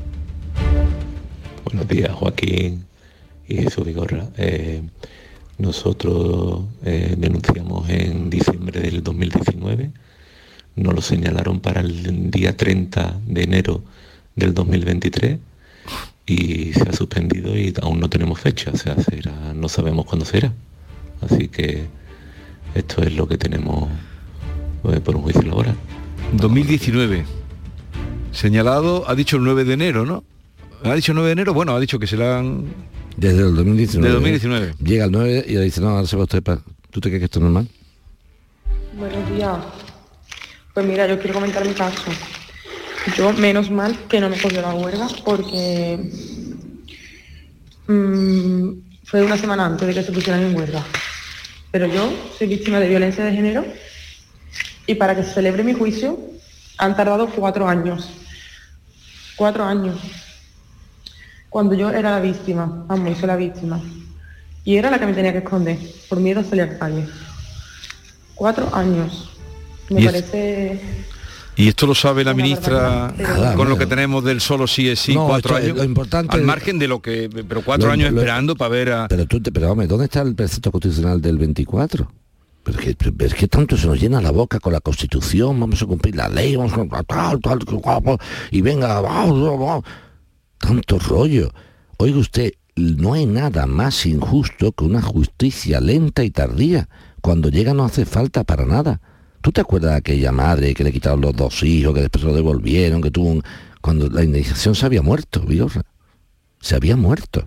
Buenos días, Joaquín y Jesús Vigorra. Eh, nosotros eh, denunciamos en diciembre del dos mil diecinueve, nos lo señalaron para el día treinta de enero del dos mil veintitrés, y se ha suspendido y aún no tenemos fecha, o sea, será, no sabemos cuándo será. Así que esto es lo que tenemos eh, por un juicio laboral. dos mil diecinueve. Señalado, ha dicho el nueve de enero, ¿no? ¿Ha dicho nueve de enero? Bueno, ha dicho que se la han... Desde el dos mil diecinueve. De dos mil diecinueve. Llega el nueve y le dice, no, ahora se va usted para... ¿Tú te crees que esto es normal? Buenos días. Pues mira, yo quiero comentar mi caso. Yo, menos mal que no me cogió la huelga, porque mmm, fue una semana antes de que se pusieran en huelga. Pero yo soy víctima de violencia de género y para que se celebre mi juicio han tardado cuatro años. Cuatro años. Cuando yo era la víctima, vamos, soy la víctima. Y era la que me tenía que esconder, por miedo a salir a la calle. Cuatro años. Me parece... Y esto lo sabe la ministra Nada, con no, lo que no. tenemos del solo sí es sí, No, cuatro esto, años. lo importante al es- margen de lo que, pero cuatro Lo- años lo- esperando para ver a. Pero tú, te, pero hombre, ¿dónde está el precepto constitucional del veinticuatro? Pero es que, pero es que tanto se nos llena la boca con la Constitución, vamos a cumplir la ley, vamos a tal, tal, tal, y venga, vamos, vamos. Tanto rollo. Oiga usted, no hay nada más injusto que una justicia lenta y tardía. Cuando llega no hace falta para nada. ¿Tú te acuerdas de aquella madre que le quitaron los dos hijos, que después lo devolvieron, que tuvo un... Cuando la indemnización se había muerto, Vigorra. Se había muerto.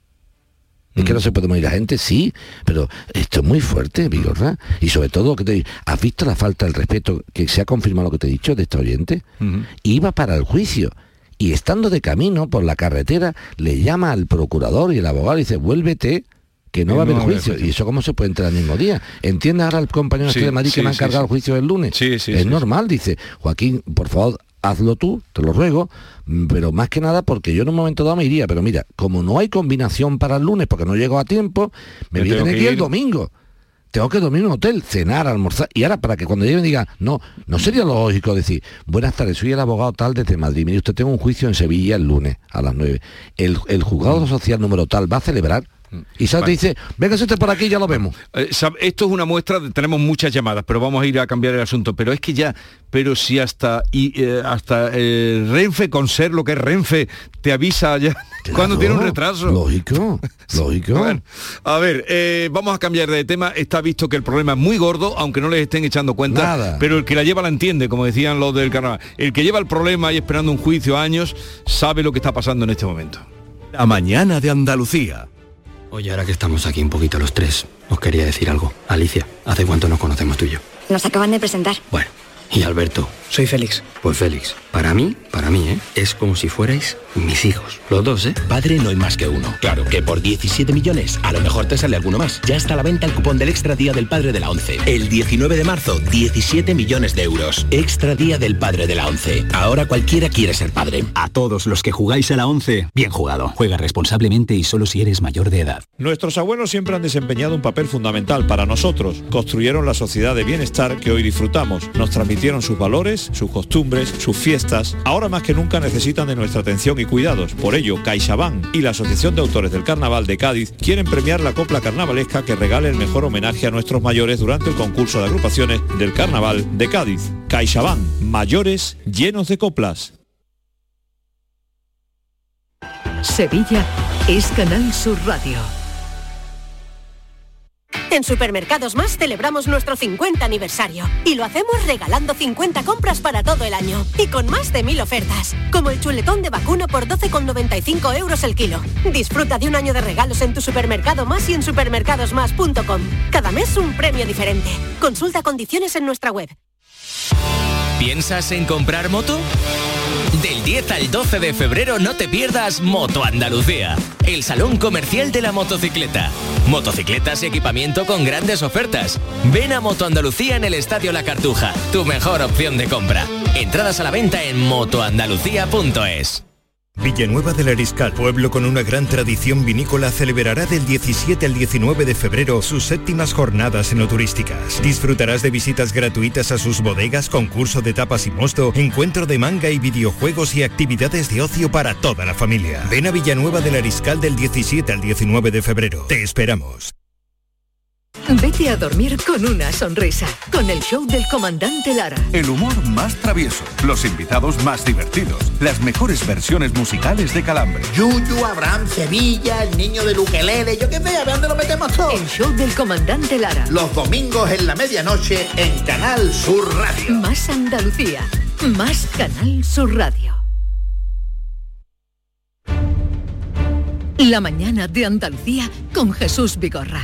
Es que no se puede morir la gente, sí, pero esto es muy fuerte, Vigorra. Y sobre todo, que te, ¿has visto la falta del respeto que se ha confirmado lo que te he dicho de este oyente? Uh-huh. Iba para el juicio y estando de camino por la carretera le llama al procurador y el abogado y dice, vuélvete, que no Que va a haber no va a haber juicio. juicio. ¿Y eso cómo se puede entrar el mismo día? ¿Entiendes ahora el compañero Sí, este de Madrid sí, que me ha sí, encargado sí. el juicio del lunes? Sí, sí, es sí, normal, dice, Joaquín, por favor, hazlo tú, te lo ruego, mm, pero más que nada porque yo en un momento dado me iría, pero mira, como no hay combinación para el lunes porque no llego a tiempo, me Me voy a tengo tener que que ir el ir. domingo. Tengo que dormir en un hotel, cenar, almorzar. Y ahora para que cuando lleguen digan, no, no sería lógico decir, buenas tardes, soy el abogado tal desde Madrid. Mire, usted tengo un juicio en Sevilla el lunes a las nueve. El, el juzgado social número tal va a celebrar. Y Sara te Vale. dice, véngase usted por aquí, ya lo vemos. Eh, sab- esto es una muestra, de- tenemos muchas llamadas, pero vamos a ir a cambiar el asunto. Pero es que ya, pero si hasta y eh, hasta eh, Renfe, con ser lo que es Renfe, te avisa ya cuando tiene un retraso. Lógico, lógico. Bueno, a ver, eh, vamos a cambiar de tema. Está visto que el problema es muy gordo, aunque no les estén echando cuenta. Nada. Pero el que la lleva la entiende, como decían los del carnaval. El que lleva el problema y esperando un juicio años, sabe lo que está pasando en este momento. La mañana de Andalucía. Oye, ahora que estamos aquí un poquito los tres, os quería decir algo. Alicia, ¿hace cuánto nos conocemos tú y yo? Nos acaban de presentar. Bueno, y Alberto. Soy Félix. Pues Félix, para mí, para mí, ¿eh? Es como si fuerais mis hijos. Los dos, ¿eh? Padre no hay más que uno. Claro que por diecisiete millones a lo mejor te sale alguno más. Ya está a la venta el cupón del Extra Día del Padre de la ONCE. El diecinueve de marzo, diecisiete millones de euros. Extra Día del Padre de la ONCE. Ahora cualquiera quiere ser padre. A todos los que jugáis a la ONCE, bien jugado. Juega responsablemente y solo si eres mayor de edad. Nuestros abuelos siempre han desempeñado un papel fundamental para nosotros. Construyeron la sociedad de bienestar que hoy disfrutamos. Nos transmitieron sus valores, sus costumbres, sus fiestas. Ahora más que nunca necesitan de nuestra atención y cuidados. Por ello, CaixaBank y la Asociación de Autores del Carnaval de Cádiz quieren premiar la copla carnavalesca que regale el mejor homenaje a nuestros mayores durante el concurso de agrupaciones del Carnaval de Cádiz. CaixaBank, mayores llenos de coplas. Sevilla es Canal Sur Radio. En Supermercados Más celebramos nuestro cincuenta aniversario y lo hacemos regalando cincuenta compras para todo el año y con más de mil ofertas, como el chuletón de vacuno por doce con noventa y cinco euros el kilo. Disfruta de un año de regalos en tu Supermercado Más y en supermercados más punto com. Cada mes un premio diferente. Consulta condiciones en nuestra web. ¿Piensas en comprar moto? Del diez al doce de febrero no te pierdas Moto Andalucía, el salón comercial de la motocicleta. Motocicletas y equipamiento con grandes ofertas. Ven a Moto Andalucía en el Estadio La Cartuja, tu mejor opción de compra. Entradas a la venta en moto andalucía punto es. Villanueva del Ariscal, pueblo con una gran tradición vinícola, celebrará del diecisiete al diecinueve de febrero sus séptimas jornadas enoturísticas. Disfrutarás de visitas gratuitas a sus bodegas, concurso de tapas y mosto, encuentro de manga y videojuegos y actividades de ocio para toda la familia. Ven a Villanueva del Ariscal del diecisiete al diecinueve de febrero. Te esperamos. Vete a dormir con una sonrisa, con el show del comandante Lara. El humor más travieso, los invitados más divertidos, las mejores versiones musicales de Calambre. Yuyu, Abraham, Sevilla, el niño del ukelele, yo qué sé, a ver dónde lo metemos todo. El show del comandante Lara. Los domingos en la medianoche en Canal Sur Radio. Más Andalucía, más Canal Sur Radio. La mañana de Andalucía con Jesús Vigorra.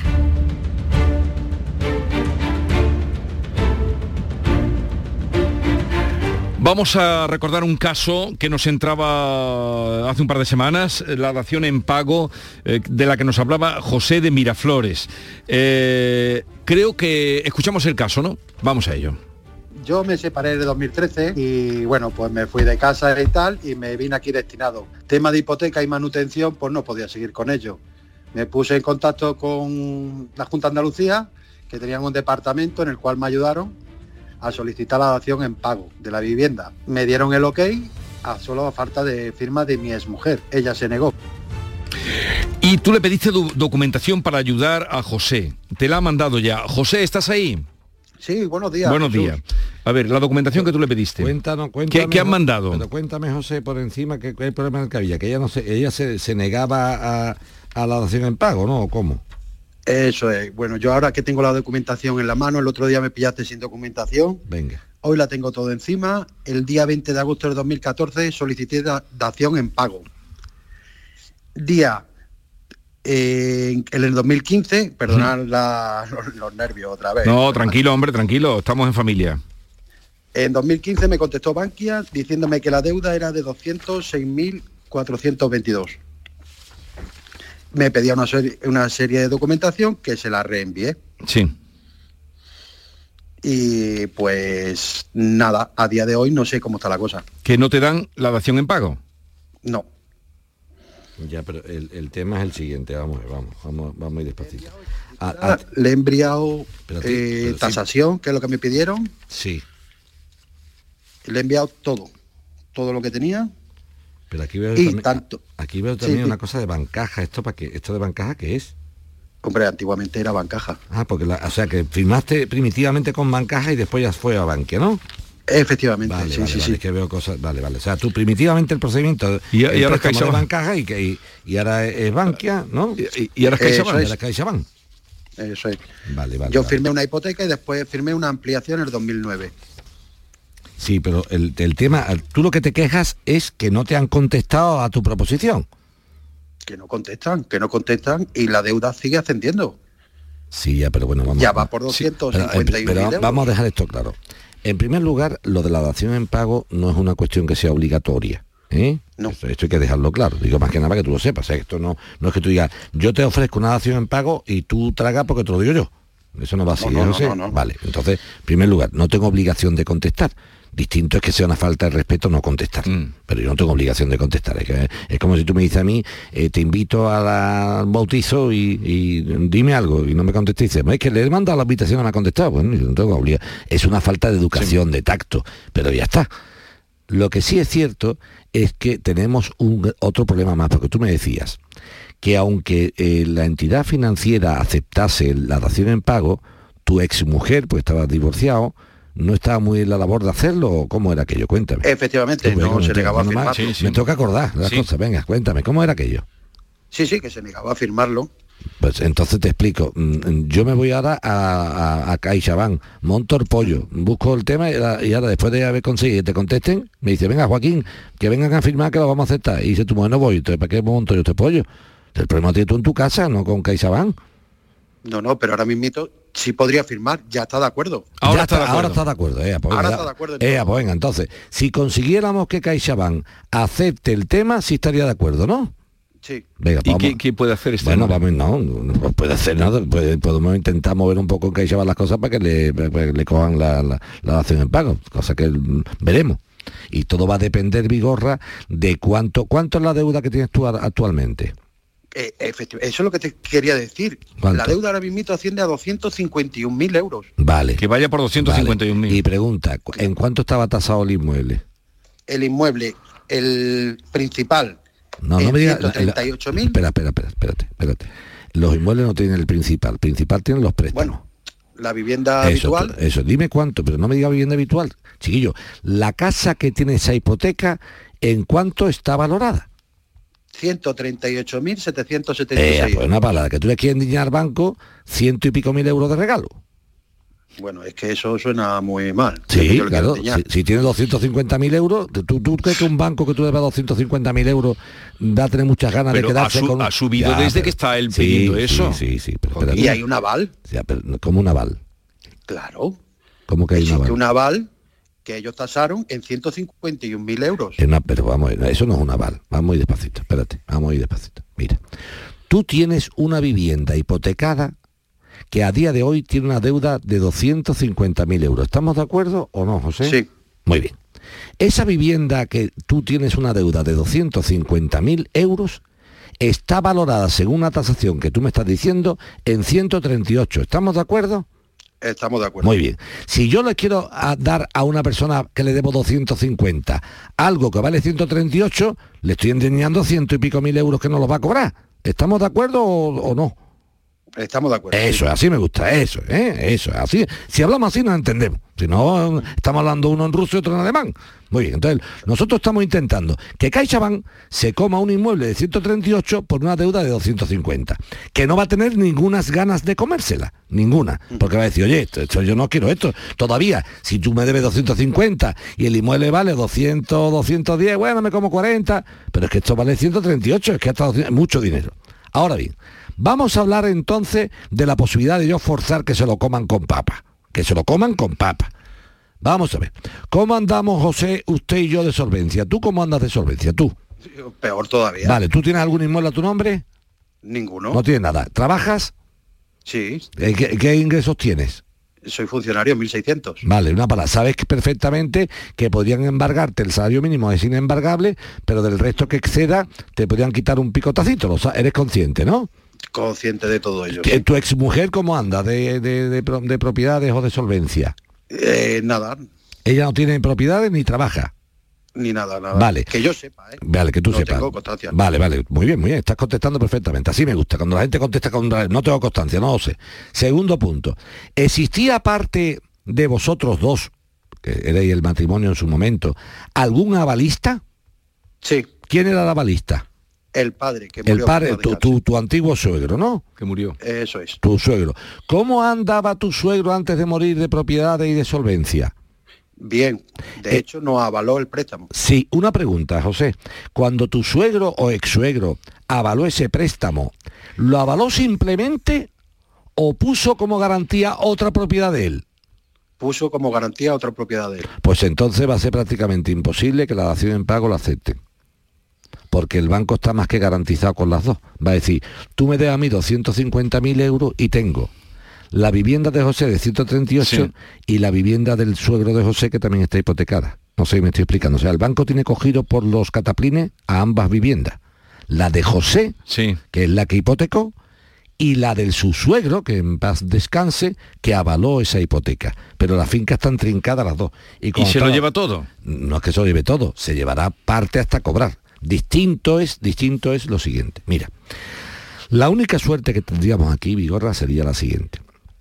Vamos a recordar un caso que nos entraba hace un par de semanas, la dación en pago eh, de la que nos hablaba José de Miraflores. Eh, creo que escuchamos el caso, ¿no? Vamos a ello. Yo me separé de dos mil trece y bueno, pues me fui de casa y tal y me vine aquí destinado. Tema de hipoteca y manutención, pues no podía seguir con ello. Me puse en contacto con la Junta de Andalucía, que tenían un departamento en el cual me ayudaron a solicitar la dación en pago de la vivienda. Me dieron el ok, a solo a falta de firma de mi exmujer. Ella se negó. Y tú le pediste do- documentación para ayudar a José. Te la ha mandado ya. José, ¿estás ahí? Sí, buenos días. Buenos Jesús. días. A ver, la documentación que tú le pediste. Cuéntanos, cuéntame. ¿Qué, qué han mandado? Pero cuéntame, José, por encima, ¿qué, qué problema que había? Que ella no se, ella se, se negaba a, a la dación en pago, ¿no? ¿O cómo? Eso es. Bueno, yo ahora que tengo la documentación en la mano, el otro día me pillaste sin documentación. Venga. Hoy la tengo todo encima. El día veinte de agosto de dos mil catorce solicité da- dación en pago. Día eh, en el dos mil quince, perdonad la, los, los nervios otra vez. No, tranquilo, hombre, tranquilo, estamos en familia. En dos mil quince me contestó Bankia diciéndome que la deuda era de doscientos seis mil cuatrocientos veintidós. Me pedía una serie, una serie de documentación que se la reenvié. Sí. Y pues nada, a día de hoy no sé cómo está la cosa. ¿Que no te dan la dación en pago? No. Ya, pero el, el tema es el siguiente, vamos, vamos, vamos, vamos a ir despacito. A, Ah, le he enviado Pero ti- eh, pero sí. tasación, que es lo que me pidieron. Sí. Le he enviado todo, todo lo que tenía. Pero aquí veo Y también, tanto. aquí veo también Sí, una sí. cosa de bancaja. ¿Esto para qué? ¿Esto de bancaja qué es? Hombre, antiguamente era Bancaja. Ah, porque la, o sea que firmaste primitivamente con Bancaja y después ya fue a Bankia, ¿no? Efectivamente, Vale, sí, vale, sí, vale, sí. es que veo cosas, vale, vale. O sea, tú primitivamente el procedimiento Y- y el ahora es préstamo de CaixaBank. Bancaja y, que- y, y ahora es Bankia, ¿no? Y, y ahora es Eso CaixaBank. es. Y ahora es CaixaBank. Eso es. Vale, vale. Yo vale. firmé una hipoteca y después firmé una ampliación en el dos mil nueve. Sí, pero el, el tema, tú lo que te quejas es que no te han contestado a tu proposición. Que no contestan, que no contestan y la deuda sigue ascendiendo. Sí, ya, pero bueno, vamos. Ya va por doscientos cincuenta y uno pero, mil pero euros. vamos a dejar esto claro. En primer lugar, lo de la dación en pago no es una cuestión que sea obligatoria. ¿eh? No. Esto, esto hay que dejarlo claro. Digo más que nada para que tú lo sepas. O sea, esto no, no es que tú digas, yo te ofrezco una dación en pago y tú tragas porque te lo digo yo. Eso no va así, No, no, ¿eh, no, José? no, no. Vale, entonces, en primer lugar, no tengo obligación de contestar. Distinto es que sea una falta de respeto no contestar. Mm. Pero yo no tengo obligación de contestar. Es, que, es como si tú me dices a mí, eh, te invito a la- al bautizo y, y dime algo, y no me contesté y dices, es que le he mandado la invitación y no me ha contestado. Bueno, yo no tengo obligación. Es una falta de educación, de tacto, pero ya está. Lo que sí es cierto es que tenemos un otro problema más, porque tú me decías que aunque eh, la entidad financiera aceptase la dación en pago, tu exmujer, pues estabas divorciado, no estaba muy en la labor de hacerlo, ¿o cómo era aquello? Cuéntame. Efectivamente, Tú, no bueno, se te- negaba a bueno, más, firmarlo. Sí, sí. Me toca acordar las Sí. cosas, venga, cuéntame, ¿cómo era aquello? Sí, sí, que se negaba a firmarlo. Pues entonces te explico. Yo me voy ahora a, a, a CaixaBank, monto el pollo, busco el tema y ahora, y ahora después de haber conseguido que te contesten, me dice, venga Joaquín, que vengan a firmar que lo vamos a aceptar. Y dice, tu mujer no voy, entonces ¿para qué monto yo este pollo? El problema lo tienes tú en tu casa, no con CaixaBank. No, no, pero ahora mismito sí podría firmar, ya está de acuerdo. Ahora, está, está, de acuerdo. ahora está de acuerdo. Eh, pues, ahora venga, está de acuerdo. Eh, pues venga, entonces, si consiguiéramos que CaixaBank acepte el tema, sí estaría de acuerdo, ¿no? Sí. Venga, ¿Y qué, qué puede hacer este Bueno, hombre? vamos, no, no puede hacer nada. Puede, podemos intentar mover un poco en CaixaBank las cosas para que le, para que le cojan la, la, la dación en pago, cosa que mm, veremos. Y todo va a depender, Vigorra, de cuánto cuánto es la deuda que tienes tú actualmente. Eh, efectivamente, eso es lo que te quería decir. ¿Cuánto? La deuda ahora mismo asciende a doscientos cincuenta y un mil euros. Vale. Que vaya por doscientos cincuenta y un mil. Vale. Y pregunta, ¿en cuánto estaba tasado el inmueble? El inmueble, el principal, no, no me digas, ciento treinta y ocho mil. Espera, espera, espera, espérate, espérate. Los inmuebles no tienen el principal, el principal tienen los préstamos. Bueno, la vivienda eso, habitual. Eso, dime cuánto, pero no me diga vivienda habitual. Chiquillo, la casa que tiene esa hipoteca, ¿en cuánto está valorada? ciento treinta y ocho mil setecientos setenta y seis. Eh, pues una palabra, que tú le quieres endiñar al banco ciento y pico mil euros de regalo. Bueno, es que eso suena muy mal. Sí, claro, si, si tienes doscientos cincuenta mil euros, ¿tú, ¿tú crees que un banco que tú le das doscientos cincuenta mil euros va a tener muchas ganas pero de quedarse ha su, con... ha subido ya, desde pero, que está él pidiendo sí, eso. Sí, sí, sí. Pero, ¿y hay un aval? Ya, pero, ¿cómo un aval? Claro. ¿Cómo que hay un aval? un aval que ellos tasaron en ciento cincuenta y un mil euros. Una, pero vamos, eso no es un aval. Vamos muy despacito, espérate, vamos muy despacito. Mira, tú tienes una vivienda hipotecada que a día de hoy tiene una deuda de doscientos cincuenta mil euros. ¿Estamos de acuerdo o no, José? Sí. Muy bien. Esa vivienda que tú tienes una deuda de doscientos cincuenta mil euros está valorada, según la tasación que tú me estás diciendo, en ciento treinta y ocho. ¿Estamos de acuerdo? Estamos de acuerdo. Muy bien. Si yo le quiero a dar a una persona que le debo doscientos cincuenta algo que vale ciento treinta y ocho, le estoy enseñando ciento y pico mil euros que no los va a cobrar. ¿Estamos de acuerdo o, o no? Estamos de acuerdo. Eso, sí. Así me gusta, eso, ¿eh? Eso, así. Si hablamos así nos entendemos. Si no, estamos hablando uno en ruso y otro en alemán. Muy bien, entonces nosotros estamos intentando que CaixaBank se coma un inmueble de ciento treinta y ocho por una deuda de doscientos cincuenta, que no va a tener ninguna ganas de comérsela, ninguna, porque va a decir, oye, esto, esto, yo no quiero esto. Todavía, si tú me debes doscientos cincuenta y el inmueble vale doscientos, doscientos diez, bueno, me como cuarenta, pero es que esto vale ciento treinta y ocho, es que hasta mucho dinero. Ahora bien, vamos a hablar entonces de la posibilidad de yo forzar que se lo coman con papa. Que se lo coman con papa. Vamos a ver. ¿Cómo andamos, José, usted y yo de solvencia? ¿Tú cómo andas de solvencia? ¿Tú? Peor todavía. Vale, ¿tú tienes algún inmueble a tu nombre? Ninguno. No tienes nada. ¿Trabajas? Sí. ¿Qué, qué ingresos tienes? Soy funcionario, mil seiscientos. Vale, una palabra. Sabes que perfectamente que podrían embargarte, el salario mínimo es inembargable, pero del resto que exceda te podrían quitar un picotacito. Lo sabes, eres consciente, ¿no? Consciente de todo ello. Sí. ¿Tu exmujer cómo anda de, de, de, de propiedades o de solvencia? Eh, nada. Ella no tiene propiedades ni trabaja. Ni nada, nada. Vale. Que yo sepa, ¿eh? Vale, que tú no sepas. Tengo constancia. Vale, vale. Muy bien, muy bien. Estás contestando perfectamente. Así me gusta. Cuando la gente contesta con no tengo constancia, no lo sé. Segundo punto. ¿Existía aparte de vosotros dos, que erais el matrimonio en su momento, algún avalista? Sí. ¿Quién era el avalista? El padre, que murió. El padre, tu, tu, tu antiguo suegro, ¿no? Que murió. Eso es. Tu suegro. ¿Cómo andaba tu suegro antes de morir de propiedades y de solvencia? Bien. De eh, hecho, no avaló el préstamo. Sí, una pregunta, José. Cuando tu suegro o ex-suegro avaló ese préstamo, ¿lo avaló simplemente o puso como garantía otra propiedad de él? Puso como garantía otra propiedad de él. Pues entonces va a ser prácticamente imposible que la dación en pago la acepte. Porque el banco está más que garantizado con las dos. Va a decir, tú me debes a mí doscientos cincuenta mil euros y tengo la vivienda de José de ciento treinta y ocho sí. y la vivienda del suegro de José que también está hipotecada. No sé si me estoy explicando. O sea, el banco tiene cogido por los cataplines a ambas viviendas. La de José, sí. que es la que hipotecó, y la del su suegro, que en paz descanse, que avaló esa hipoteca. Pero las fincas están trincadas las dos. ¿Y, ¿Y se estaba, lo lleva todo? No es que se lo lleve todo, se llevará parte hasta cobrar. Distinto es, distinto es lo siguiente. Mira, la única suerte que tendríamos aquí, Vigorra, sería la siguiente.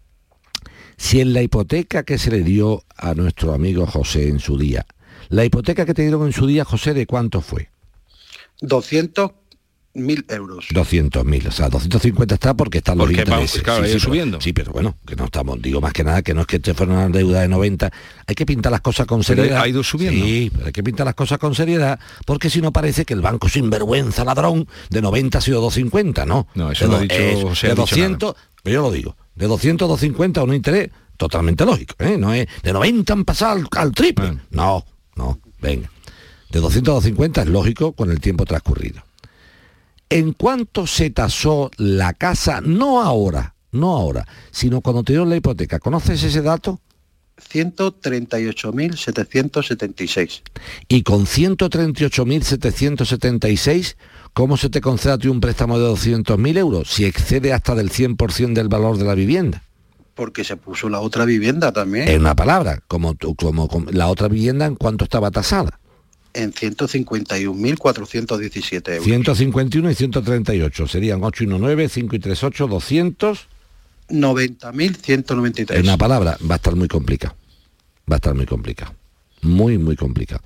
Si en la hipoteca que se le dio a nuestro amigo José en su día, la hipoteca que te dieron en su día, José, ¿de cuánto fue? doscientos mil euros. doscientos mil, o sea, doscientos cincuenta está porque están los Porque intereses. vamos, claro, sí, ha ido sí, subiendo. Pero, sí, pero bueno, que no estamos, digo más que nada que no es que te fuera una deuda de noventa, hay que pintar las cosas con Pero seriedad. ha ido subiendo. Sí, pero hay que pintar las cosas con seriedad, porque si no parece que el banco sinvergüenza ladrón de noventa ha sido doscientos cincuenta, ¿no? No, eso de, no ha do- dicho- eh, José ha de dicho doscientos, pero yo lo digo, de doscientos a doscientos cincuenta un interés totalmente lógico, ¿eh? No es de noventa han pasado al, al triple. Ah. No, no, venga. De doscientos a doscientos cincuenta es lógico con el tiempo transcurrido. ¿En cuánto se tasó la casa? No ahora, no ahora, sino cuando te dieron la hipoteca. ¿Conoces ese dato? ciento treinta y ocho mil setecientos setenta y seis. Y con ciento treinta y ocho mil setecientos setenta y seis, ¿cómo se te concede a ti un préstamo de doscientos mil euros si excede hasta del cien por ciento del valor de la vivienda? Porque se puso la otra vivienda también. En una palabra, como, tú- como, como la otra vivienda, ¿en cuánto estaba tasada? En ciento cincuenta y un mil cuatrocientos diecisiete euros. ciento cincuenta y uno y ciento treinta y ocho, serían ocho y uno nueve, cinco y tres ocho, doscientos. noventa mil ciento noventa y tres. En una palabra, va a estar muy complicado. Va a estar muy complicado. Muy, muy complicado.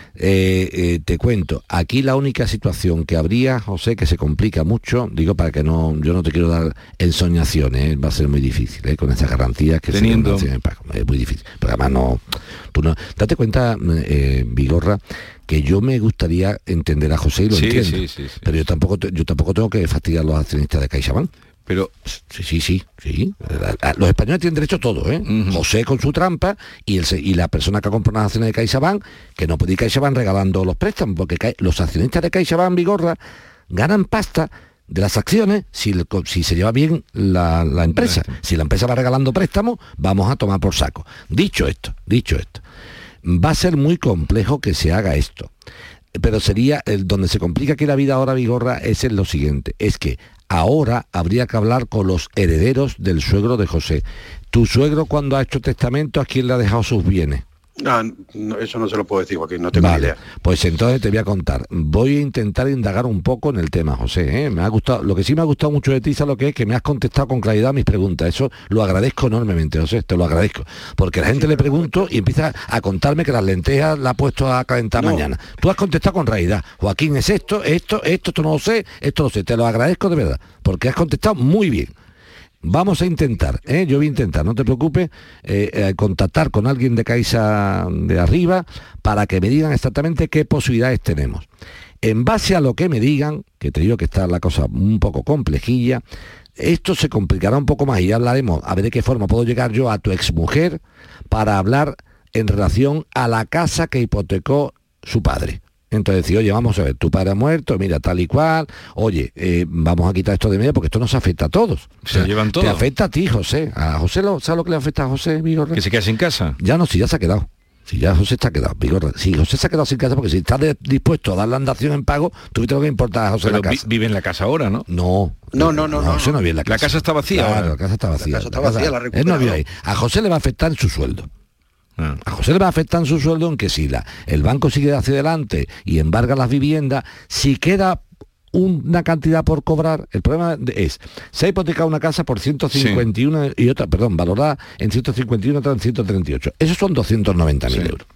Eh, eh, te cuento, aquí la única situación que habría, José, que se complica mucho, digo para que no, yo no te quiero dar ensoñaciones, ¿eh? Va a ser muy difícil, ¿eh? Con esas garantías que Teniendo- se pago, es muy difícil. Pero además no, tú no. Date cuenta, eh, Vigorra, que yo me gustaría entender a José y lo Sí, entiendo. sí, sí, sí. pero yo tampoco, te- yo tampoco tengo que fastidiar a los accionistas de CaixaBank. Pero Sí, sí, sí, sí. La- la- Los españoles tienen derecho a todo, ¿eh? José con su trampa y, el, se- y la persona que ha comprado unas acciones de CaixaBank, que no puede ir CaixaBank regalando los préstamos, porque Ca- los accionistas de CaixaBank, Vigorra, ganan pasta de las acciones si, el co- si se lleva bien la, la empresa. Si la empresa va regalando préstamos, vamos a tomar por saco. Dicho esto, dicho esto, va a ser muy complejo que se haga esto. Pero sería, el, donde se complica aquí la vida ahora, Vigorra, es en lo siguiente, es que ahora habría que hablar con los herederos del suegro de José. Tu suegro, cuando ha hecho testamento, ¿a quién le ha dejado sus bienes? Ah, no, eso no se lo puedo decir, Joaquín, no tengo ni Vale, idea. pues entonces te voy a contar. Voy a intentar indagar un poco en el tema, José. ¿eh? Me ha gustado. Lo que sí me ha gustado mucho de ti, ¿sabes lo que es? Que me has contestado con claridad mis preguntas. Eso lo agradezco enormemente, José, te lo agradezco. Porque a la gente le pregunto y empieza a contarme que las lentejas la ha puesto a calentar No. mañana. Tú has contestado con realidad. Joaquín, es esto, esto, esto, esto no lo sé, esto lo sé. Te lo agradezco de verdad, porque has contestado muy bien. Vamos a intentar, ¿eh? yo voy a intentar, no te preocupes, eh, eh, contactar con alguien de Caixa de arriba para que me digan exactamente qué posibilidades tenemos. En base a lo que me digan, que te digo que está la cosa un poco complejilla, esto se complicará un poco más y ya hablaremos a ver de qué forma puedo llegar yo a tu exmujer para hablar en relación a la casa que hipotecó su padre. Entonces decir, oye, vamos a ver, tu padre ha muerto, mira, tal y cual, oye, eh, vamos a quitar esto de medio porque esto nos afecta a todos. Se llevan todo. Te afecta a ti, José. A José, lo, ¿sabes lo que le afecta a José, Vigorra? que se queda sin casa. Ya no, si ya se ha quedado. Si ya José está quedado, Vigorra. Si José se ha quedado sin casa, porque si está de- dispuesto a dar la andación en pago, tú viste lo que importa a José Pero la vi- casa. vive en la casa ahora, ¿no? No. No, no, no, no, José no vive en la casa. La casa está vacía Claro, ahora. la casa está vacía. La casa está vacía, la ha él no recuperado. vive ahí. A José le va a afectar en su sueldo. Ah. A José le va a afectar en su sueldo en que si la, el banco sigue hacia adelante y embarga las viviendas, si queda una cantidad por cobrar, el problema de- es, se ha hipotecado una casa por ciento cincuenta y uno y otra, perdón, valorada en ciento cincuenta y uno, otra en ciento treinta y ocho. Esos son doscientos noventa mil Sí. euros.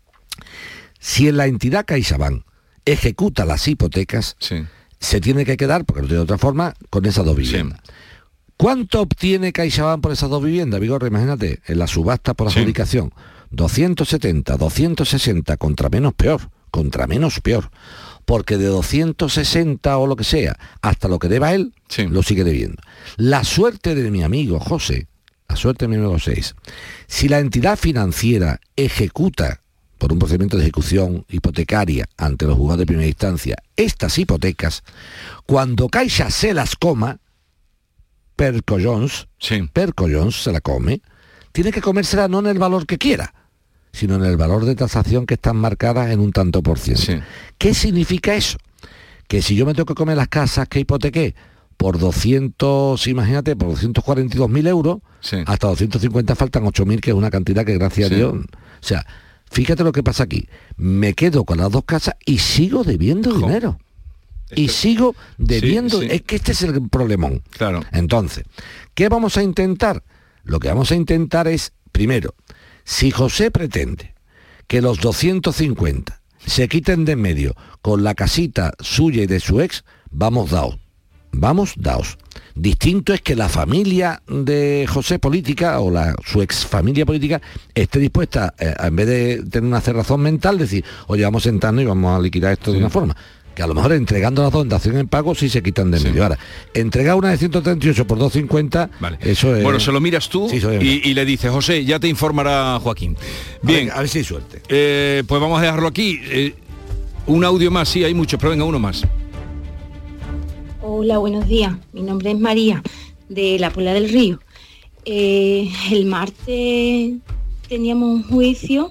Si en la entidad CaixaBank ejecuta las hipotecas, Sí. se tiene que quedar, porque no tiene otra forma, con esas dos viviendas. ¿Cuánto obtiene CaixaBank por esas dos viviendas, Vigorra? Imagínate, en la subasta por Sí. adjudicación, doscientos setenta, doscientos sesenta, contra menos peor, contra menos peor, porque de doscientos sesenta o lo que sea, hasta lo que deba él, Sí. lo sigue debiendo. La suerte de mi amigo José, la suerte de mi amigo José es, si la entidad financiera ejecuta por un procedimiento de ejecución hipotecaria ante los juzgados de primera instancia estas hipotecas, cuando Caixa se las coma, per collons, Sí. per collons se la come, tiene que comérsela no en el valor que quiera, sino en el valor de tasación que están marcadas en un tanto por ciento. Sí. ¿Qué significa eso? Que si yo me tengo que comer las casas que hipotequé por doscientos, imagínate, por doscientos cuarenta y dos mil euros, Sí. hasta doscientos cincuenta faltan ocho mil, que es una cantidad que gracias Sí. a Dios... O sea, fíjate lo que pasa aquí. Me quedo con las dos casas y sigo debiendo Jo. dinero. Y Esto- sigo debiendo... Sí, sí. Es que este es el problemón. Claro. Entonces, ¿qué vamos a intentar? Lo que vamos a intentar es, primero, si José pretende que los doscientos cincuenta se quiten de en medio con la casita suya y de su ex, vamos daos, vamos daos. Distinto es que la familia de José política o la su ex familia política esté dispuesta, eh, en vez de tener una cerrazón mental, decir, oye, vamos a sentarnos y vamos a liquidar esto sí. de una forma. Que a lo mejor entregando las dos en dación en pago sí se quitan de medio. Sí. Ahora, entregar una de ciento treinta y ocho por doscientos cincuenta, vale. Eso es... Bueno, se lo miras tú sí, y, y le dices, José, ya te informará Joaquín. Bien. A ver, a ver si hay suerte. Eh, pues vamos a dejarlo aquí. Eh, un audio más, sí, hay muchos, pero venga, uno más. Hola, buenos días. Mi nombre es María, de la Puebla del Río. Eh, el martes teníamos un juicio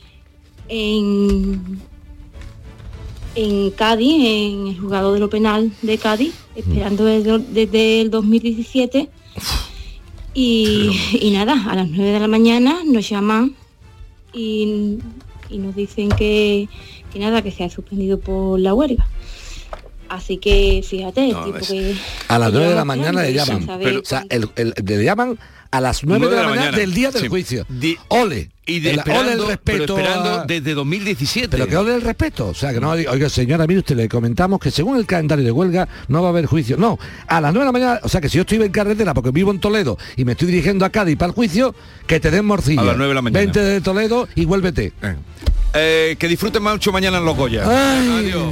en, en Cádiz, en el juzgado de lo penal de Cádiz, esperando desde, desde el dos mil diecisiete. Y, y nada, a las nueve de la mañana nos llaman y, y nos dicen que, que nada, que se ha suspendido por la huelga. Así que fíjate, no, el tipo es... que... A las nueve de la mañana le llaman. Pero, o sea, el, el, le llaman a las nueve de la mañana, mañana del día del sí. juicio. Di... Ole. Y de, el, esperando, ole el respeto pero esperando a... desde dos mil diecisiete. Pero que ole el respeto. O sea, que no, oiga, señora, mire usted, le comentamos que según el calendario de huelga no va a haber juicio. No, a las nueve de la mañana, o sea, que si yo estoy en carretera porque vivo en Toledo y me estoy dirigiendo a Cádiz para el juicio, que te den morcilla. A las nueve de la mañana. Vente de Toledo y vuélvete. Eh. Eh, que disfruten mucho mañana en Los Goya. Adiós.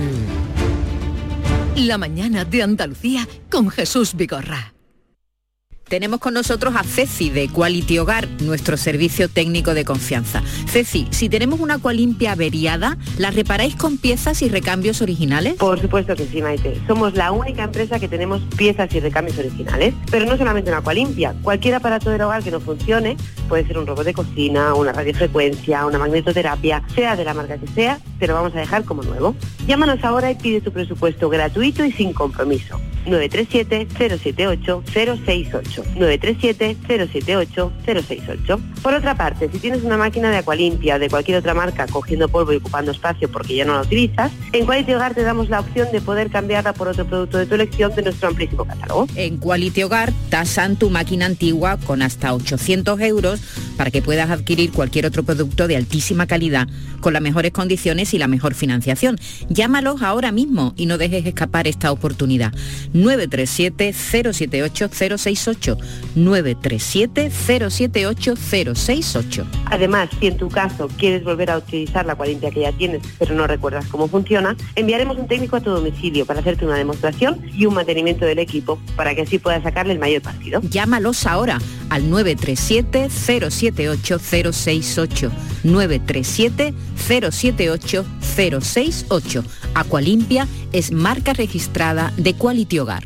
La mañana de Andalucía con Jesús Vigorra. Tenemos con nosotros a Ceci de Quality Hogar, nuestro servicio técnico de confianza. Ceci, si tenemos una Aqualimpia averiada, ¿la reparáis con piezas y recambios originales? Por supuesto que sí, Maite. Somos la única empresa que tenemos piezas y recambios originales. Pero no solamente una Aqualimpia. Cualquier aparato del hogar que no funcione, puede ser un robot de cocina, una radiofrecuencia, una magnetoterapia, sea de la marca que sea, te lo vamos a dejar como nuevo. Llámanos ahora y pide tu presupuesto gratuito y sin compromiso. nueve tres siete, cero siete ocho, cero seis ocho. nueve tres siete, cero siete ocho, cero seis ocho. Por otra parte, si tienes una máquina de Aqualimpia o de cualquier otra marca cogiendo polvo y ocupando espacio porque ya no la utilizas, en Quality Hogar te damos la opción de poder cambiarla por otro producto de tu elección de nuestro amplísimo catálogo. En Quality Hogar tasan tu máquina antigua con hasta ochocientos euros para que puedas adquirir cualquier otro producto de altísima calidad con las mejores condiciones y la mejor financiación. Llámalos ahora mismo y no dejes escapar esta oportunidad. nueve tres siete, cero siete ocho, cero seis ocho. nueve tres siete, cero siete ocho, cero seis ocho. Además, si en tu caso quieres volver a utilizar la Aqualimpia que ya tienes, pero no recuerdas cómo funciona, enviaremos un técnico a tu domicilio para hacerte una demostración y un mantenimiento del equipo para que así puedas sacarle el mayor partido. Llámalos ahora al nueve tres siete, cero siete ocho, cero seis ocho. nueve tres siete, cero siete ocho, cero seis ocho. Aqualimpia es marca registrada de Quality Hogar.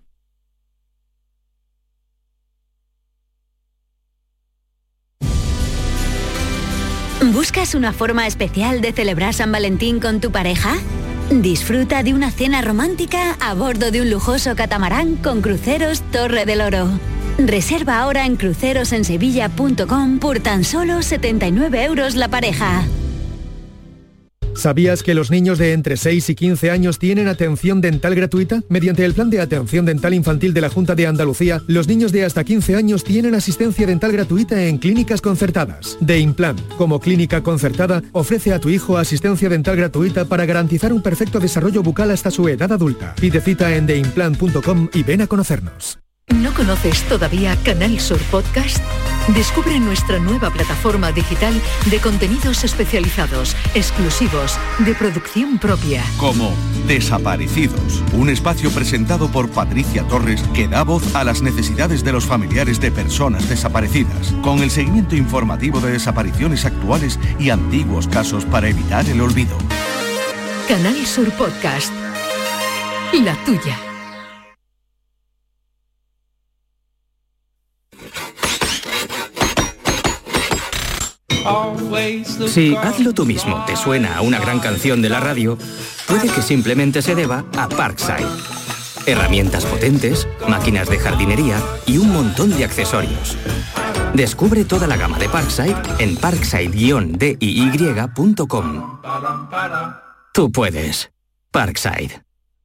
¿Buscas una forma especial de celebrar San Valentín con tu pareja? Disfruta de una cena romántica a bordo de un lujoso catamarán con Cruceros Torre del Oro. Reserva ahora en crucerosensevilla punto com por tan solo setenta y nueve euros la pareja. ¿Sabías que los niños de entre seis y quince años tienen atención dental gratuita? Mediante el Plan de Atención Dental Infantil de la Junta de Andalucía, los niños de hasta quince años tienen asistencia dental gratuita en clínicas concertadas. The Implant, como clínica concertada, ofrece a tu hijo asistencia dental gratuita para garantizar un perfecto desarrollo bucal hasta su edad adulta. Pide cita en the implant punto com y ven a conocernos. ¿No conoces todavía Canal Sur Podcast? Descubre nuestra nueva plataforma digital de contenidos especializados, exclusivos, de producción propia. Como Desaparecidos, un espacio presentado por Patricia Torres que da voz a las necesidades de los familiares de personas desaparecidas, con el seguimiento informativo de desapariciones actuales y antiguos casos para evitar el olvido. Canal Sur Podcast, la tuya. Si Hazlo tú mismo te suena a una gran canción de la radio, puede que simplemente se deba a Parkside. Herramientas potentes, máquinas de jardinería y un montón de accesorios. Descubre toda la gama de Parkside en parkside guion d i y punto com. Tú puedes. Parkside.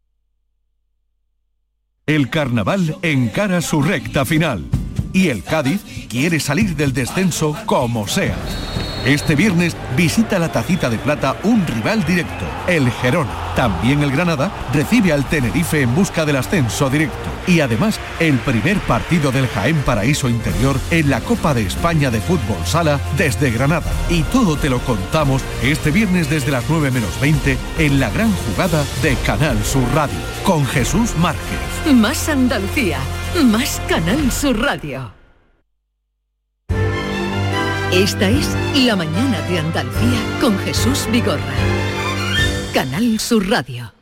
El carnaval encara su recta final y el Cádiz quiere salir del descenso como sea. Este viernes visita la Tacita de Plata un rival directo, el Gerona. También el Granada recibe al Tenerife en busca del ascenso directo. Y además, el primer partido del Jaén Paraíso Interior en la Copa de España de Fútbol Sala desde Granada. Y todo te lo contamos este viernes desde las nueve menos veinte en la gran jugada de Canal Sur Radio, con Jesús Márquez. Más Andalucía, más Canal Sur Radio. Esta es La Mañana de Andalucía con Jesús Vigorra. Canal Sur Radio.